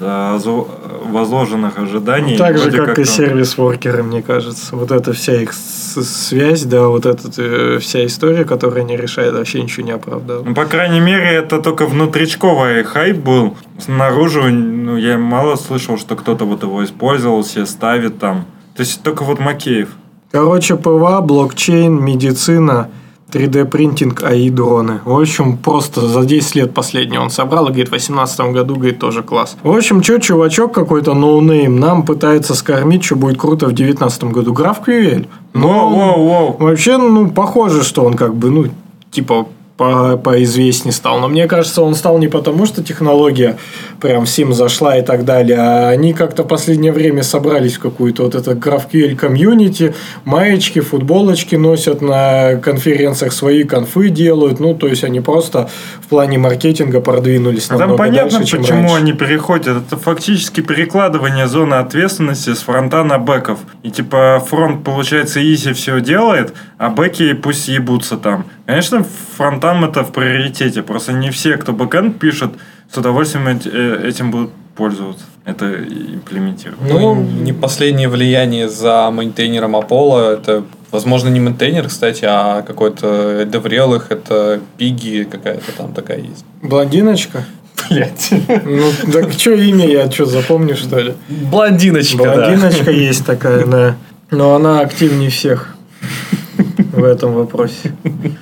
возложенных ожиданий. Так же, Вроде как и там- сервис-воркеры, мне кажется. Вот эта вся их связь, да, вот эта вся история, которая не решает, вообще ничего не оправдала. Ну, по крайней мере, это только внутричковый хайп был. Снаружи, ну, я мало слышал, что кто-то вот его использовал, себе ставит там. То есть, только вот Макеев. Короче, ПВА, блокчейн, медицина, 3D-принтинг, АИ, дроны. В общем, просто за 10 лет последний он собрал и говорит, в 2018 году, говорит, тоже класс. В общем, что чувачок какой-то ноунейм нам пытается скормить, что будет круто в 2019 году. GraphQL. Воу. Вообще, ну, похоже, что он как бы, ну, типа... поизвестнее стал. Но мне кажется, он стал не потому, что технология прям всем зашла и так далее, а они как-то в последнее время собрались в какую-то вот это GraphQL комьюнити, маечки, футболочки носят на конференциях, свои конфы делают. Ну, то есть, они просто в плане маркетинга продвинулись Там намного понятно, дальше, чем почему раньше. они переходят. Это фактически перекладывание зоны ответственности с фронта на бэков. И типа фронт, получается, изи все делает, а бэки пусть ебутся там. Конечно, фронтам это в приоритете. Просто не все, кто бэкэнд пишет, с удовольствием этим будут пользоваться. Это имплементировать. Ну, не последнее влияние за мейнтейнером Apollo. Это, возможно, не мейнтейнер, кстати, а какой-то DevRel их, это Пиги какая-то там такая есть. Блондиночка? Блять. Ну, так что имя я что, запомню, что ли? Блондиночка, да. Блондиночка есть такая, да. Но она активнее всех в этом вопросе.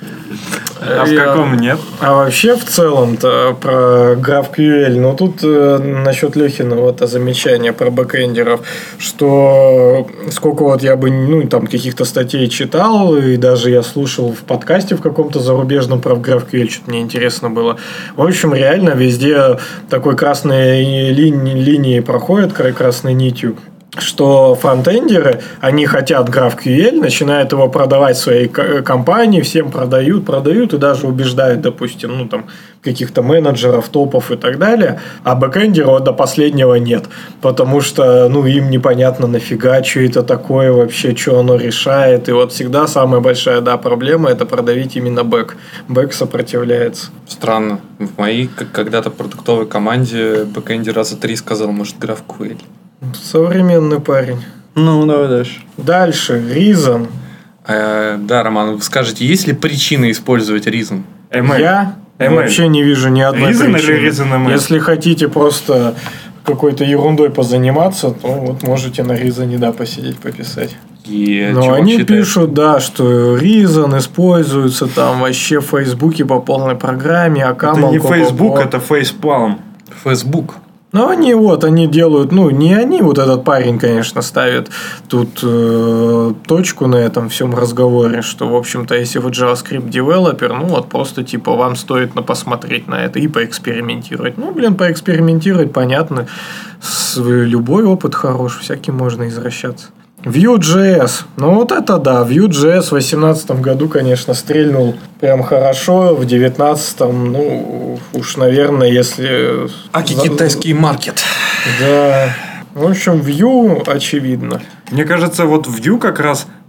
А в каком нет? А вообще в целом-то про GraphQL, ну тут насчет Лехиного замечания про бэкэндеров, что сколько вот я бы, ну там каких-то статей читал, и даже я слушал в подкасте в каком-то зарубежном про GraphQL, что-то мне интересно было. В общем, реально везде такой красной линии проходит, красной нитью, что фронтендеры, они хотят GraphQL, начинают его продавать своей компании, всем продают и даже убеждают, допустим, ну там каких-то менеджеров, топов и так далее, а бэкэндера вот до последнего нет, потому что, ну, им непонятно нафига, что это такое вообще, что оно решает, и вот всегда самая большая, да, проблема это продавить именно бэк. Бэк сопротивляется. Странно. В моей когда-то продуктовой команде бэкэндер раза 3 сказал, может, GraphQL. Современный парень. Ну, давай дальше. Дальше. Reason. Да, Роман, вы скажете, есть ли причина использовать Reason? ML. Я ML. вообще не вижу ни одной Reason причины. или Reason ML? Если хотите просто какой-то ерундой позаниматься, то вот можете на Reason, да, посидеть, пописать. И Но чувак они считает- пишут, да, что Reason используется там вообще в Фейсбуке по полной программе, а Это не Facebook, это Facepalm. Facebook. Ну, они делают, ну, не они, вот этот парень, конечно, ставит тут точку на этом всем разговоре, что, в общем-то, если вы JavaScript девелопер, ну, вот просто, типа, вам стоит посмотреть на это и поэкспериментировать. Ну, блин, поэкспериментировать, понятно, любой опыт хорош, всяким можно извращаться. Vue.js. Ну, вот это да. Vue.js в 2018 году, конечно, стрельнул прям хорошо. В 2019, ну, уж, наверное, если... Китайский маркет. Да. В общем, Vue очевидно. Мне кажется, вот Vue как раз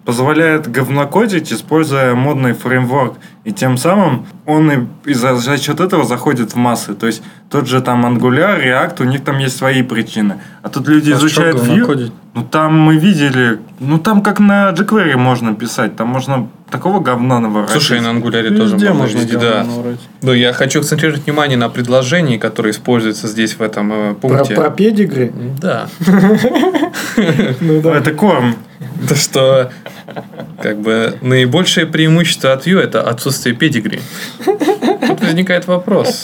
позволяет говнокодить, используя модный фреймворк. И тем самым он и за счет этого заходит в массы. То есть тот же там Angular, React, у них там есть свои причины. А тут люди изучают Vue. Ну там мы видели, ну там как на jQuery можно писать, там можно такого говна наворотить. Слушай, на Angular тоже можно видеть, да. Но я хочу акцентировать внимание на предложении, которое используется здесь в этом пункте. Про педигри? Да. Это корм. То, что как бы наибольшее преимущество от Vue — это отсутствие педигри. Тут возникает вопрос.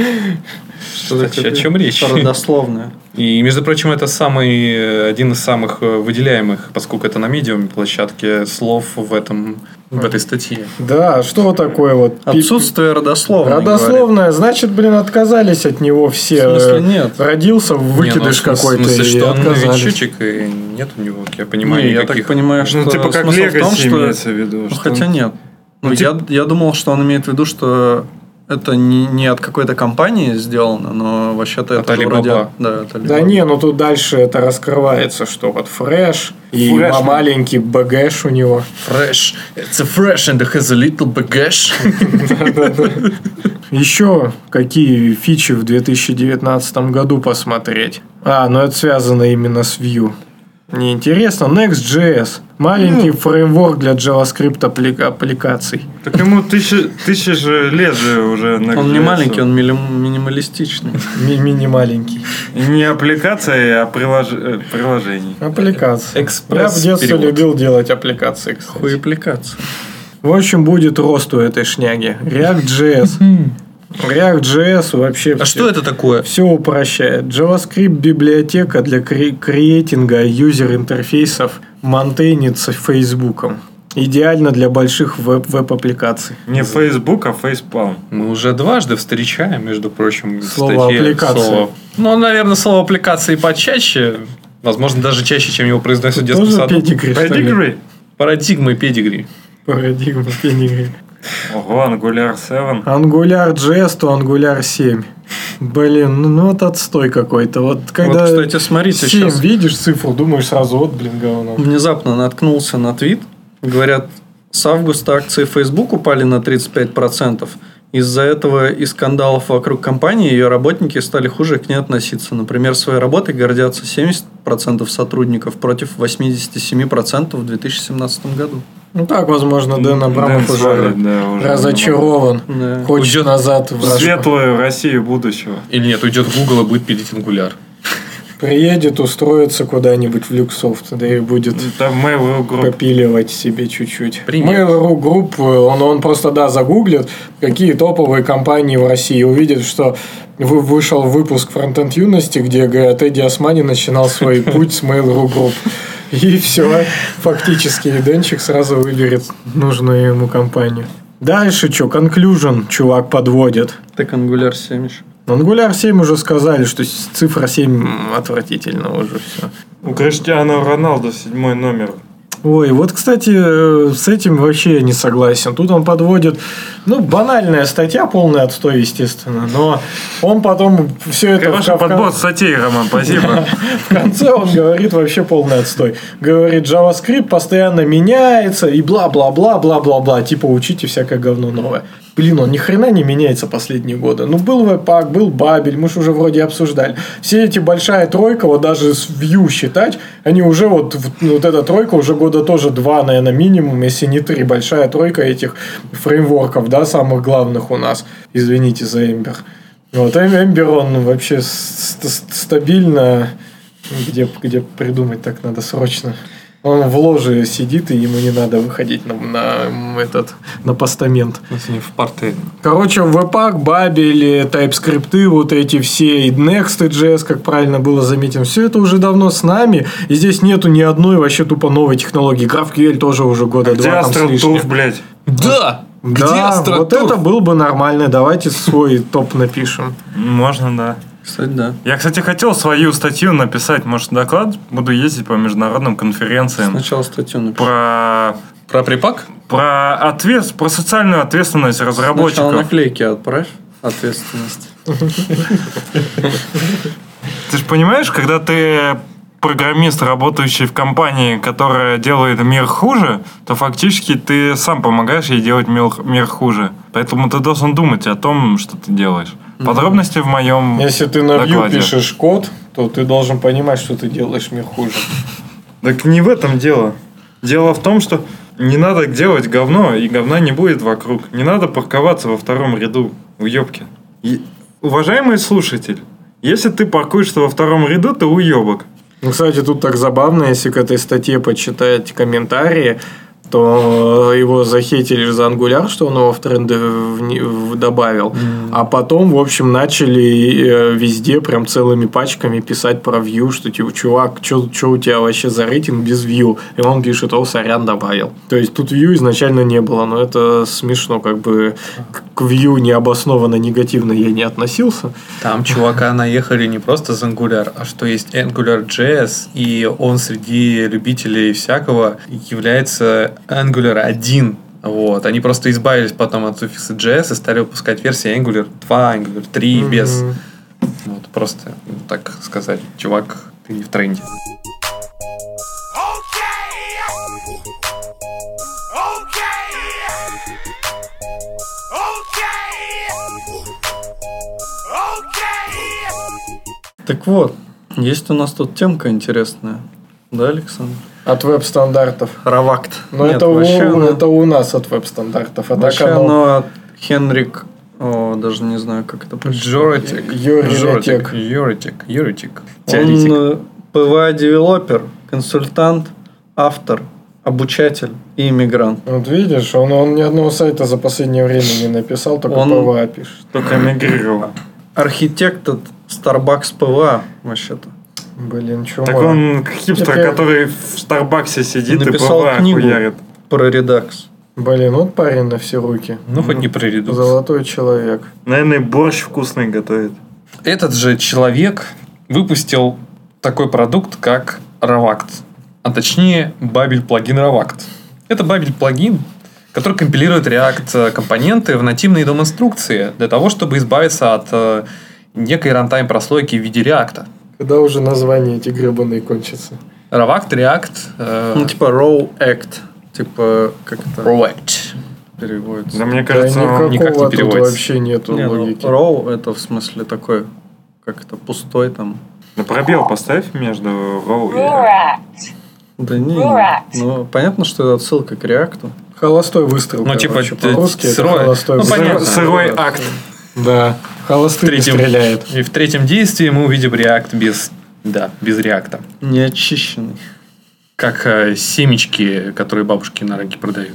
О чем речь? Родословная. И, между прочим, это один из самых выделяемых, поскольку это на медиуме площадке, слов в этой статье. Да, что такое вот? Отсутствие родословной. Родословная, значит, отказались от него все. В смысле, нет. Родился выкидыш какой-то. В смысле, что он отказались. новичочек, и нет у него, как я понимаю, Не, я никаких... так понимаю, что Ну, типа как смысл в том, Legacy что... имеется в виду. Ну, хотя нет. Ну, я думал, что он имеет в виду, что это не от какой-то компании сделано, но вообще-то От это же Alibaba. вроде... Да, от Да Alibaba. не, ну тут дальше это раскрывается, что вот Fresh и Fresh. маленький багаж у него. Fresh. It's a fresh and it has a little baggage. Еще какие фичи в 2019 году посмотреть? Ну это связано именно с Vue. Мне интересно, Next.js. Маленький фреймворк для JavaScript аппликаций. Так ему тысячи же лет же уже на Он не маленький, он минималистичный. Мини-маленький. Не аппликация, а приложений. Аппликация. Я в Экспресс детстве перевод. любил делать аппликации, кстати. Хуепликация. В общем, будет рост у этой шняги. React.js. React.js вообще А что это такое? все упрощает. JavaScript библиотека для креатинга юзер-интерфейсов монтейнится Фейсбуком. Идеально для больших веб-аппликаций. Не Facebook, а Facepalm. Мы уже дважды встречаем, между прочим, в Слово статье «аппликация». Ну, наверное, слово аппликации почаще. Возможно, даже чаще, чем его произносят в детском Тоже саду. педигри, что ли? Pedigree? Парадигмы педигри. Парадигма педигри. Ого, Angular 7. Angular.js, то Angular 7. Блин, ну это отстой какой-то. Вот когда Вот, кстати, смотрите, 7 сейчас видишь цифру, думаешь сразу, вот, блин, говно. внезапно наткнулся на твит. Говорят, с августа акции Facebook упали на 35%. Из-за этого и скандалов вокруг компании ее работники стали хуже к ней относиться. Например, своей работой гордятся 70% сотрудников против 87% в 2017 году. Ну так, возможно, Дэн Абрамов Дэн уже свалит, да, уже разочарован. Да. Хочет Уйдет назад в в Рашку. светлую Россию будущего. Или нет, уйдет в Google и будет пилить Angular. Приедет, устроится куда-нибудь в Люксофт, да и будет Там Mail.ru Group. попиливать себе чуть-чуть. Пример. Mail.ru Group, он просто, загуглит, какие топовые компании в России, увидит, что вышел выпуск «Фронтенд юности», где, говорят, Эдди Османи начинал свой путь с Mail.ru Group. И все, фактически, и Денчик сразу выберет нужную ему компанию. Дальше что? Conclusion чувак подводит. Так Angular 7 еще. Angular 7 уже сказали, что цифра 7 отвратительно уже все. У Криштиану Роналду 7 номер. Ой, вот, кстати, с этим вообще я не согласен. Тут он подводит, банальная статья, полный отстой, естественно, но он потом все это... Хороший подбор статей, Роман, спасибо. В конце он говорит вообще полный отстой. Говорит, JavaScript постоянно меняется и бла-бла-бла-бла-бла-бла. Типа учите всякое говно новое. Блин, он ни хрена не меняется последние годы. Был Webpack, был Babel, мы же уже вроде обсуждали. Все эти большая тройка, вот даже с Vue считать, они уже вот эта тройка уже года тоже 2, наверное, минимум, если не 3. Большая тройка этих фреймворков, самых главных у нас. Извините за Ember. Вот Ember, он вообще стабильно, где придумать так надо срочно. Он в ложе сидит, и ему не надо выходить на постамент. В порты. Короче, Webpack, Babel, TypeScript, вот эти все, и Next.js, как правильно было заметено, все это уже давно с нами, и здесь нету ни одной вообще тупо новой технологии. GraphQL тоже уже года Где 2 там с лишним. AstroTurf, блядь? Да! Где Да, вот AstroTurf? это был бы нормально. Давайте свой топ напишем. Можно, да. Кстати, да. Я, кстати, хотел свою статью написать, может, доклад. Буду ездить по международным конференциям. Сначала статью напишу. Про припак? про социальную ответственность разработчиков. Сначала наклейки отправь. Ответственность. Ты же понимаешь, когда ты программист, работающий в компании, которая делает мир хуже, то фактически ты сам помогаешь ей делать мир хуже. Поэтому ты должен думать о том, что ты делаешь. Подробности в моем Если ты на Vue докладе. пишешь код, то ты должен понимать, что ты делаешь мир хуже. Так не в этом дело. Дело в том, что не надо делать говно, и говна не будет вокруг. Не надо парковаться во втором ряду, уёбки. Уважаемый слушатель, если ты паркуешься во втором ряду, ты уёбок. Ну, кстати, тут так забавно, если к этой статье почитать комментарии, то его захейтили за Angular, что он его в тренды добавил. А потом, в общем, начали везде прям целыми пачками писать про Vue, что типа, чувак, что у тебя вообще за рейтинг без Vue? И он пишет, сорян, добавил. То есть, тут Vue изначально не было, но это смешно, как бы к Vue необоснованно негативно я не относился. Там чувака наехали не просто за Angular, а что есть Angular.js, и он среди любителей всякого является Angular 1. Вот. Они просто избавились потом от суффикса JS и стали выпускать версии Angular 2, Angular 3 без. Вот, просто так сказать, чувак, ты не в тренде. Так вот, есть у нас тут темка интересная. Да, Александр? От веб-стандартов. Равакт. Но Нет, это, вообще это у нас от веб-стандартов. А вообще так оно от Хенрик... даже не знаю, как это прочитать. Юритек. Юритек. Он PWA-девелопер, консультант, автор, обучатель и иммигрант. Вот видишь, он ни одного сайта за последнее время не написал, только Он- PWA пишет. Только мигрировал. Архитект от Starbucks PWA, вообще-то. Блин, чё Так можно? он хипстер, Теперь- который в Старбаксе сидит и Написал ПВА книгу хуярит. про редакс. Блин, вот парень на все руки. Ну, хоть не про Redux. Золотой человек. Наверное, борщ вкусный готовит. Этот же человек выпустил такой продукт, как Ravakt. А точнее, Babel плагин Ravakt. Это Babel плагин, который компилирует React компоненты в нативные DOM-инструкции для того, чтобы избавиться от некой рантайм прослойки в виде React. Когда уже названия эти гребаные кончатся? Ravakt, React, Ну, типа Raw Act. Типа, как это React. переводится? Да мне Да кажется, он никак не никакого тут переводится. вообще нету Не, ну, логики. Raw это в смысле такой, как это, пустой там. Да пробел поставь между роу и... React. Да не, React. ну понятно, что это отсылка к реакту. Холостой выстрел. Ну, типа, короче, по-русски это сырой. холостой Ну, выстрел. понятно. Сырой акт. Да. Холостым стреляет. И в третьем действии мы увидим React без React. Неочищенный. Как семечки, которые бабушки на рынке продают.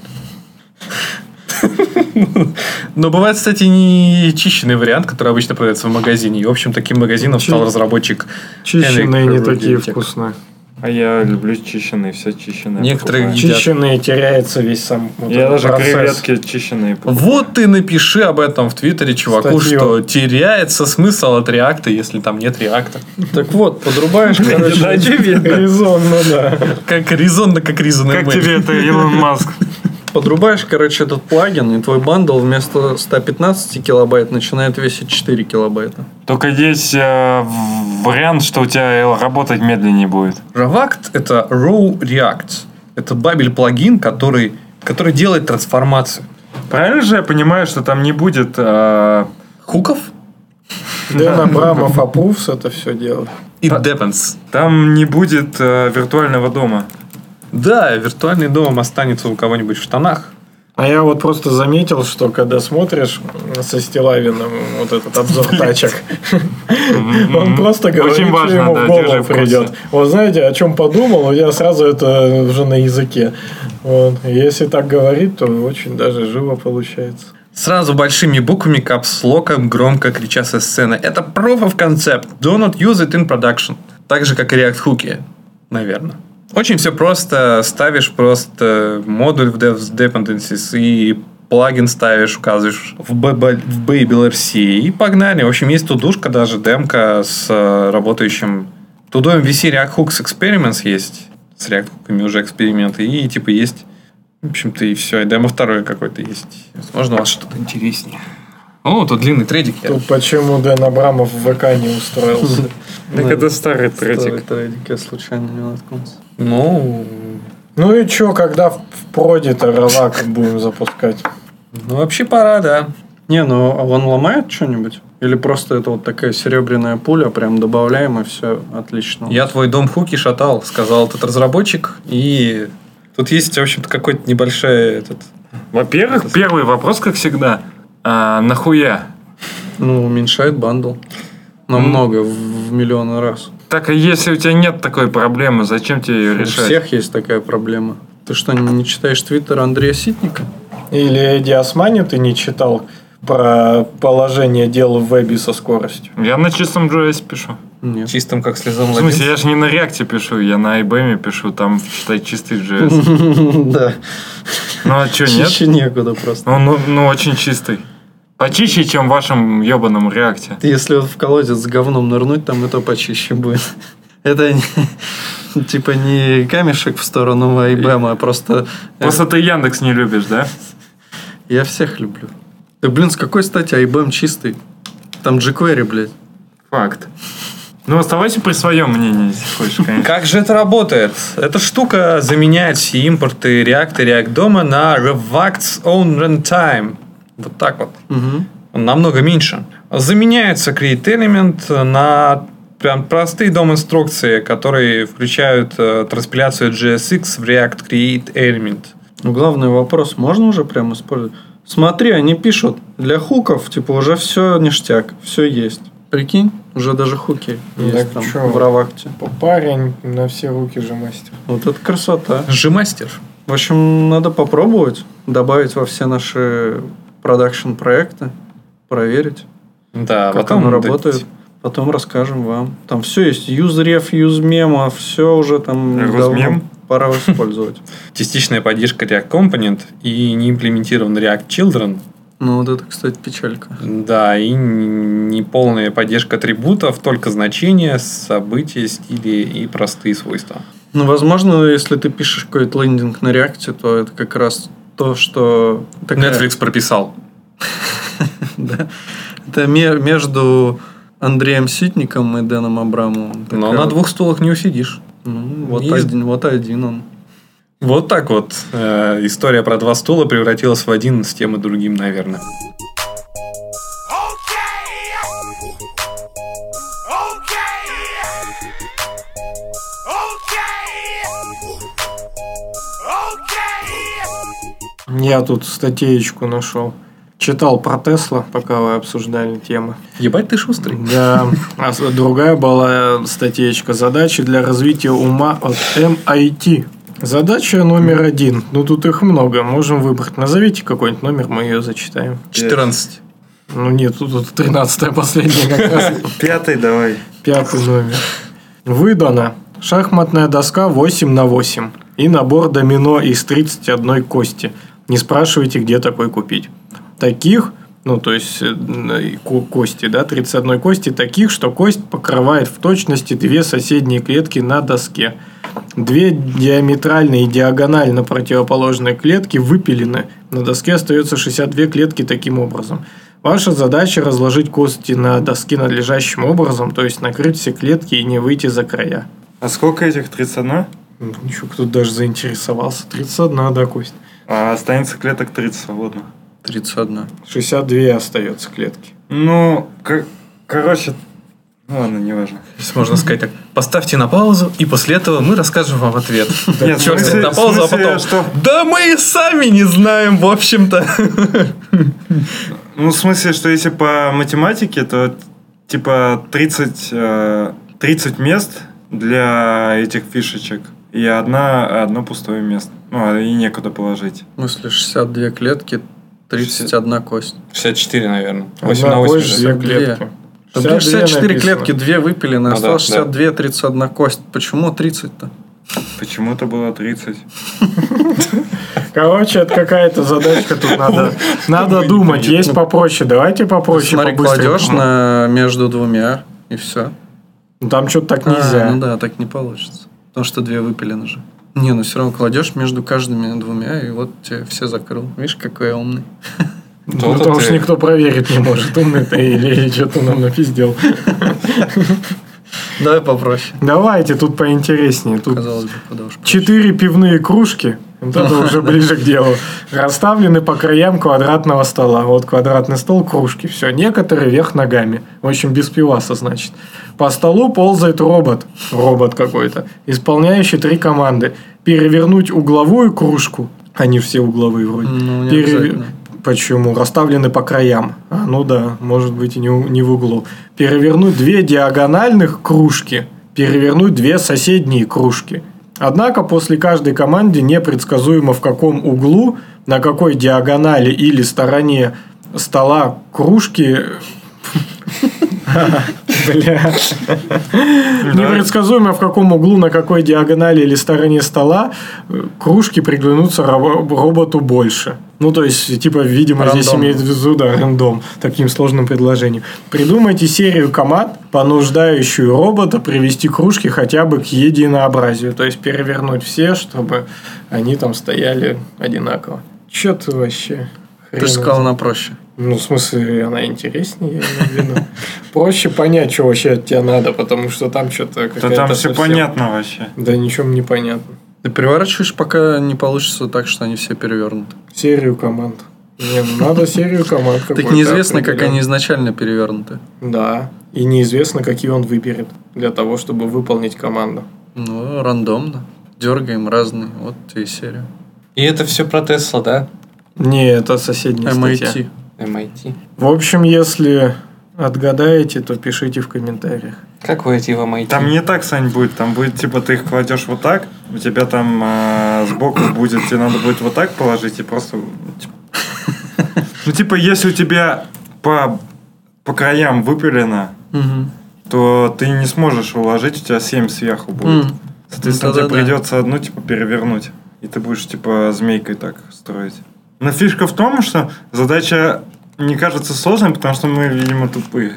Но бывает, кстати, не чищенный вариант, который обычно продается в магазине. И, в общем, таким магазином стал разработчик Чищенные не Henrik такие Rudnick. вкусные. А я люблю чищенные, все чищенные. Некоторые покупаю. едят. Чищенные теряется весь сам вот Я этот даже процесс. креветки чищенные покупаю. Вот ты напиши об этом в Твиттере чуваку, Статью. что теряется смысл от реакта, если там нет реакта. Так вот, подрубаешь, Да, короче, очевидно. Резонно, да. Как резонно, как резонно. Как тебе это, Илон Маск? подрубаешь, короче, этот плагин, и твой бандл вместо 115 килобайт начинает весить 4 килобайта. Только есть вариант, что у тебя работать медленнее будет. Ravakt — это Raw React. Это Babel плагин, который делает трансформацию. Правильно же я понимаю, что там не будет... Хуков? Дэн Абрамов Апувс это все делает. It depends. Там не будет виртуального дома. Да, виртуальный дом останется у кого-нибудь в штанах. А я вот просто заметил, что когда смотришь со Стилавиным вот этот обзор тачек, он просто говорит, Очень что важно, ему да, в держи голову в курсе. придет. Вот знаете, о чем подумал, я сразу это уже на языке. Вот. Если так говорить, то очень даже живо получается. Сразу большими буквами, капслоком, громко крича со сцены. Это proof of concept. Do not use it in production. Так же, как и React Hooky, наверное. Очень все просто. Ставишь просто модуль в dependencies и плагин ставишь, указываешь в Babel RC и погнали. В общем, есть тудушка, даже демка с работающим тудой MVC React Hooks Experiments есть. С React Hook'ами уже эксперименты. И типа есть... В общем-то, и все. И демо второе какое-то есть. Возможно, у вас что-то интереснее. О, тут длинный тредик. Тут почему Дэн Абрамов в ВК не устроился? Так это старый Старый третик. трейдик, я случайно не наткнулся. Ну, Ну и чё, когда в проде-то ролак будем запускать? вообще пора, да. Не, ну а он ломает что-нибудь? Или просто это вот такая серебряная пуля, прям добавляем, и все отлично? Я твой дом хуки шатал, сказал этот разработчик. И тут есть, в общем-то, какой-то небольшой этот... Во-первых, первый вопрос, как всегда. Нахуя? Ну, уменьшает бандл. Намного, в миллионы раз. Так, а если у тебя нет такой проблемы, зачем тебе ее У решать? всех есть такая проблема. Ты что, не читаешь твиттер Андрея Ситника? Или Эдди Османи ты не читал про положение дел в вебе со скоростью? Я на чистом JS пишу. Нет. Чистым, как слеза В младенца. смысле, я же не на React пишу, я на IBM пишу, там, считай, чистый JS. Да. Ну, а что, нет? Чище некуда просто. Ну, очень чистый. Почище, чем в вашем ебаном React. Если вот в колодец с говном нырнуть, там и то почище будет. Это типа не камешек в сторону IBM, а просто... Просто ты Яндекс не любишь, да? Я всех люблю. Да, блин, с какой стати IBM чистый? Там jQuery, блядь. Факт. Ну, оставайся при своем мнении, если хочешь, конечно. Как же это работает? Эта штука заменяет все импорты React и React дома на React's own runtime. Вот так вот. Угу. Он намного меньше. Заменяется create element на прям простые дом-инструкции, которые включают транспиляцию JSX в React create element. Ну, главный вопрос, можно уже прям использовать? Смотри, они пишут, для хуков, типа, уже все ништяк, все есть. Прикинь, уже даже хуки есть Так там чё? в Равакте. Парень на все руки же мастер. Вот это красота. G-мастер. В общем, надо попробовать, добавить во все наши продакшн-проекты, проверить, Да, как потом оно работает. Потом расскажем вам. Там все есть. Юзреф, юзмема, все уже там Рузмем? давно пора использовать. Частичная поддержка React Component и не имплементирован React Children. Ну, вот это, кстати, печалька. Да, и неполная поддержка атрибутов, только значения, события, стили и простые свойства. Ну, возможно, если ты пишешь какой-то лендинг на React, то это как раз то, что... такая- Netflix прописал. Да. Это между Андреем Ситником и Дэном Абрамовым. Но Такая на вот- двух стулах не усидишь. Ну, вот Есть. один он. Вот так вот. История про два стула превратилась в один с тем и другим, наверное. Я тут статейку нашел. Читал про Тесла, пока вы обсуждали темы. Ебать ты шустрый. Да, а другая была статейка. Задачи для развития ума от MIT. Задача номер 1. Ну, тут их много. Можем выбрать. Назовите какой-нибудь номер, мы ее зачитаем. 14. Ну, нет, тут 13-я последняя как раз. 5-й давай. 5-й номер. Выдана шахматная доска 8х8 и набор домино из 31 кости. Не спрашивайте, где такой купить. Таких, ну, то есть, кости, да, 31 кости, таких, что кость покрывает в точности две соседние клетки на доске. Две диаметральные и диагонально противоположные клетки выпилены. На доске остается 62 клетки таким образом. Ваша задача разложить кости на доске надлежащим образом, то есть накрыть все клетки и не выйти за края. А сколько этих? 31? Ничего, кто даже заинтересовался. 31, да, кость. А останется клеток 30 свободно. 31. 62 остается клетки. Ну, короче, ну ладно, неважно. Здесь можно сказать так. Поставьте на паузу, и после этого мы расскажем вам ответ. Нет, Чёрт, в смысле- на паузу, а в смысле, потом... что- Да мы и сами не знаем, в общем-то. Ну, в смысле, что если по математике, то типа 30 мест для этих фишечек и одно пустое место. Ну, и некуда положить. В смысле, 62 клетки, 31 кость. 64, наверное. Одна 8 на 8. кость, две клетки. Да, блин, 64 написано. клетки, 2 выпилены, Ну да, осталось да. 62, 31 кость. Почему 30-то? Почему-то было 30. Короче, это какая-то задачка, тут надо думать. Есть попроще. Давайте попроще, Смотри, побыстрее. кладешь между двумя, и все. Ну, там что-то так нельзя. Ну да, так не получится. Потому что 2 выпилены же. Не, ну все равно кладешь между каждыми двумя, и вот тебе все закрыл. Видишь, какой я умный. Ну, то уж никто проверить не может, умный ты или что-то нам напиздел. Давай попроще. Давайте, тут поинтереснее. Тут Казалось бы, куда уж проще. 4 пивные кружки, вот это уже ближе к делу, расставлены по краям квадратного стола. Вот квадратный стол, кружки, все. Некоторые вверх ногами. В общем, без пиваса, значит. По столу ползает робот какой-то, исполняющий 3 команды. Перевернуть угловую кружку. Они все угловые вроде. Ну, не обязательно. Почему? Расставлены по краям. Ну да, может быть и не в углу. Перевернуть 2 диагональных кружки. Перевернуть 2 соседние кружки. Однако после каждой команды непредсказуемо в каком углу, на какой диагонали или стороне стола кружки... Бля. Непредсказуемо в каком углу, на какой диагонали или стороне стола кружки приглянутся роботу больше. Ну, то есть, типа, видимо, здесь имеет в виду, да, рандом, таким сложным предложением. Придумайте серию команд, понуждающую робота привести кружки хотя бы к единообразию. То есть, перевернуть все, чтобы они там стояли одинаково. Чё ты вообще? Ты же сказал, она проще. Ну, в смысле, она интереснее, я имею в виду. Проще понять, что вообще от тебя надо, потому что там что-то какая-то... Да там все понятно вообще. Да ничего не понятно. Ты переворачиваешь, пока не получится так, что они все перевернуты. Серию команд. Не, ну надо серию команд какой-то. Так неизвестно, как определенную. они изначально перевернуты. Да. И неизвестно, какие он выберет для того, чтобы выполнить команду. Ну, рандомно. Дергаем разные. Вот тебе и серия. И это все про Тесла, да? Не, это соседняя статья. MIT. MIT. В общем, если отгадаете, то пишите в комментариях. Как войти в MIT? Там не так, Сань, будет. Там будет, типа, ты их кладешь вот так, у тебя там сбоку будет, тебе надо будет вот так положить и просто... Ну, типа, если у тебя по краям выпилено, то ты не сможешь уложить, у тебя 7 сверху будет. Соответственно, тебе придется одну, типа, перевернуть. И ты будешь, типа, змейкой так строить. Но фишка в том, что задача не кажется сложной, потому что мы, видимо, тупые.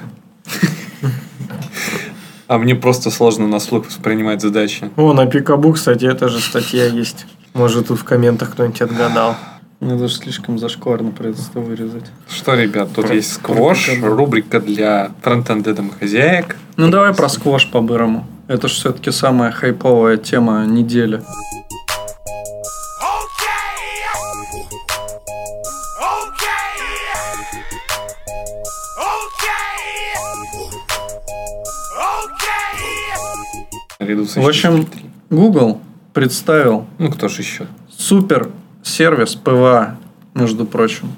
А мне просто сложно на слух воспринимать задачи. О, на Пикабу, кстати, эта же статья есть. Может, тут в комментах кто-нибудь отгадал. Это же слишком зашкварно придется вырезать. Что, ребят, тут есть сквош, рубрика для фронтенда домохозяек. Ну, давай про сквош по-бырому. Это же все-таки самая хайповая тема недели. В общем, Google представил ну, кто же еще? супер сервис ПВА, между прочим,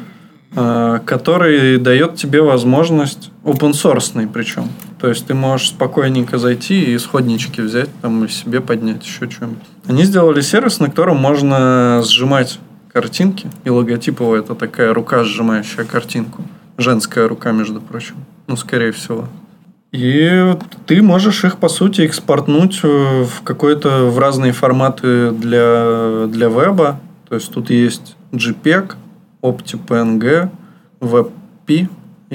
который дает тебе возможность open-source, причем. То есть ты можешь спокойненько зайти и исходнички взять, там и себе поднять, еще что-нибудь. Они сделали сервис, на котором можно сжимать картинки, и логотиповая это такая рука, сжимающая картинку. Женская рука, между прочим. Ну, скорее всего. И ты можешь их, по сути, экспортнуть в разные форматы для веба. То есть тут есть JPEG, OptiPNG, WebP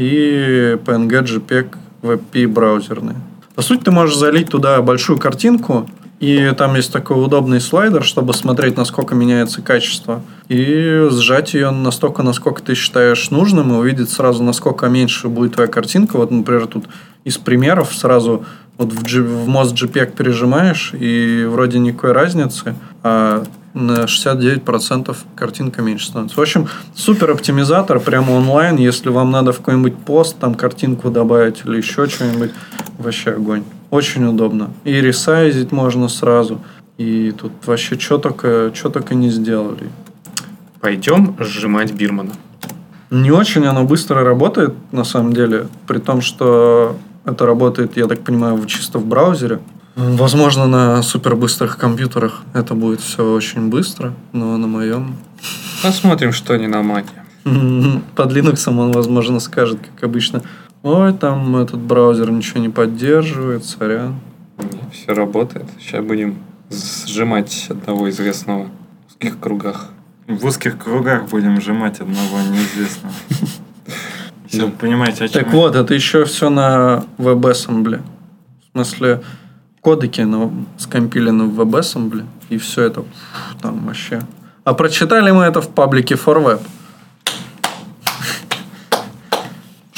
и PNG, JPEG, WebP браузерные. По сути, ты можешь залить туда большую картинку, и там есть такой удобный слайдер, чтобы смотреть, насколько меняется качество, и сжать ее настолько, насколько ты считаешь нужным, и увидеть сразу, насколько меньше будет твоя картинка. Вот, например, тут из примеров сразу вот в мост JPEG пережимаешь, и вроде никакой разницы, а на 69% картинка меньше становится. В общем, супер оптимизатор прямо онлайн, если вам надо в какой-нибудь пост там картинку добавить или еще что-нибудь, вообще огонь. Очень удобно. И ресайзить можно сразу. И тут вообще что только не сделали. Пойдем сжимать Бирмана. Не очень оно быстро работает, на самом деле. При том, что это работает, я так понимаю, чисто в браузере. Возможно, на супербыстрых компьютерах это будет все очень быстро, но на моем... Посмотрим, что не на маке. Под Linux он, возможно, скажет, как обычно: ой, там этот браузер ничего не поддерживает, сорян. Все работает. Сейчас будем сжимать одного известного в узких кругах. В узких кругах будем сжимать одного неизвестного. Если вы понимаете, о чем Так вот, это еще все на WebAssembly. В смысле, кодеки скомпилены в WebAssembly, и все это там вообще. А прочитали мы это в паблике 4Web.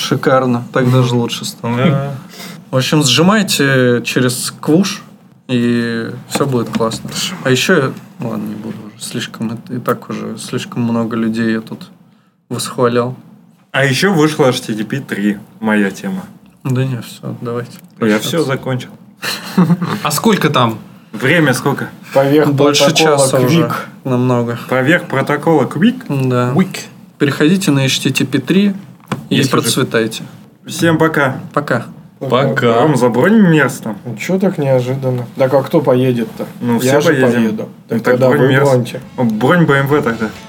Шикарно. Так даже лучше стало. Да. В общем, сжимайте через Квуш, и все будет классно. А еще, ладно, не буду уже, слишком, и так уже слишком много людей я тут восхвалял. А еще вышла HTTP 3, моя тема. Да не, все, давайте. Я прощаться. все закончил. А сколько там? Время сколько? Поверх Больше протокола часа Quick. уже, намного. Поверх протокола Quick. Да. Переходите на HTTP 3 и Если процветайте. Всем пока. Пока. Пока. Ром, забронь место. Чего так неожиданно? Так а кто поедет-то? Ну, Я все же поедем. поеду. Ну, Так тогда бронь вы место. броньте. Бронь BMW тогда.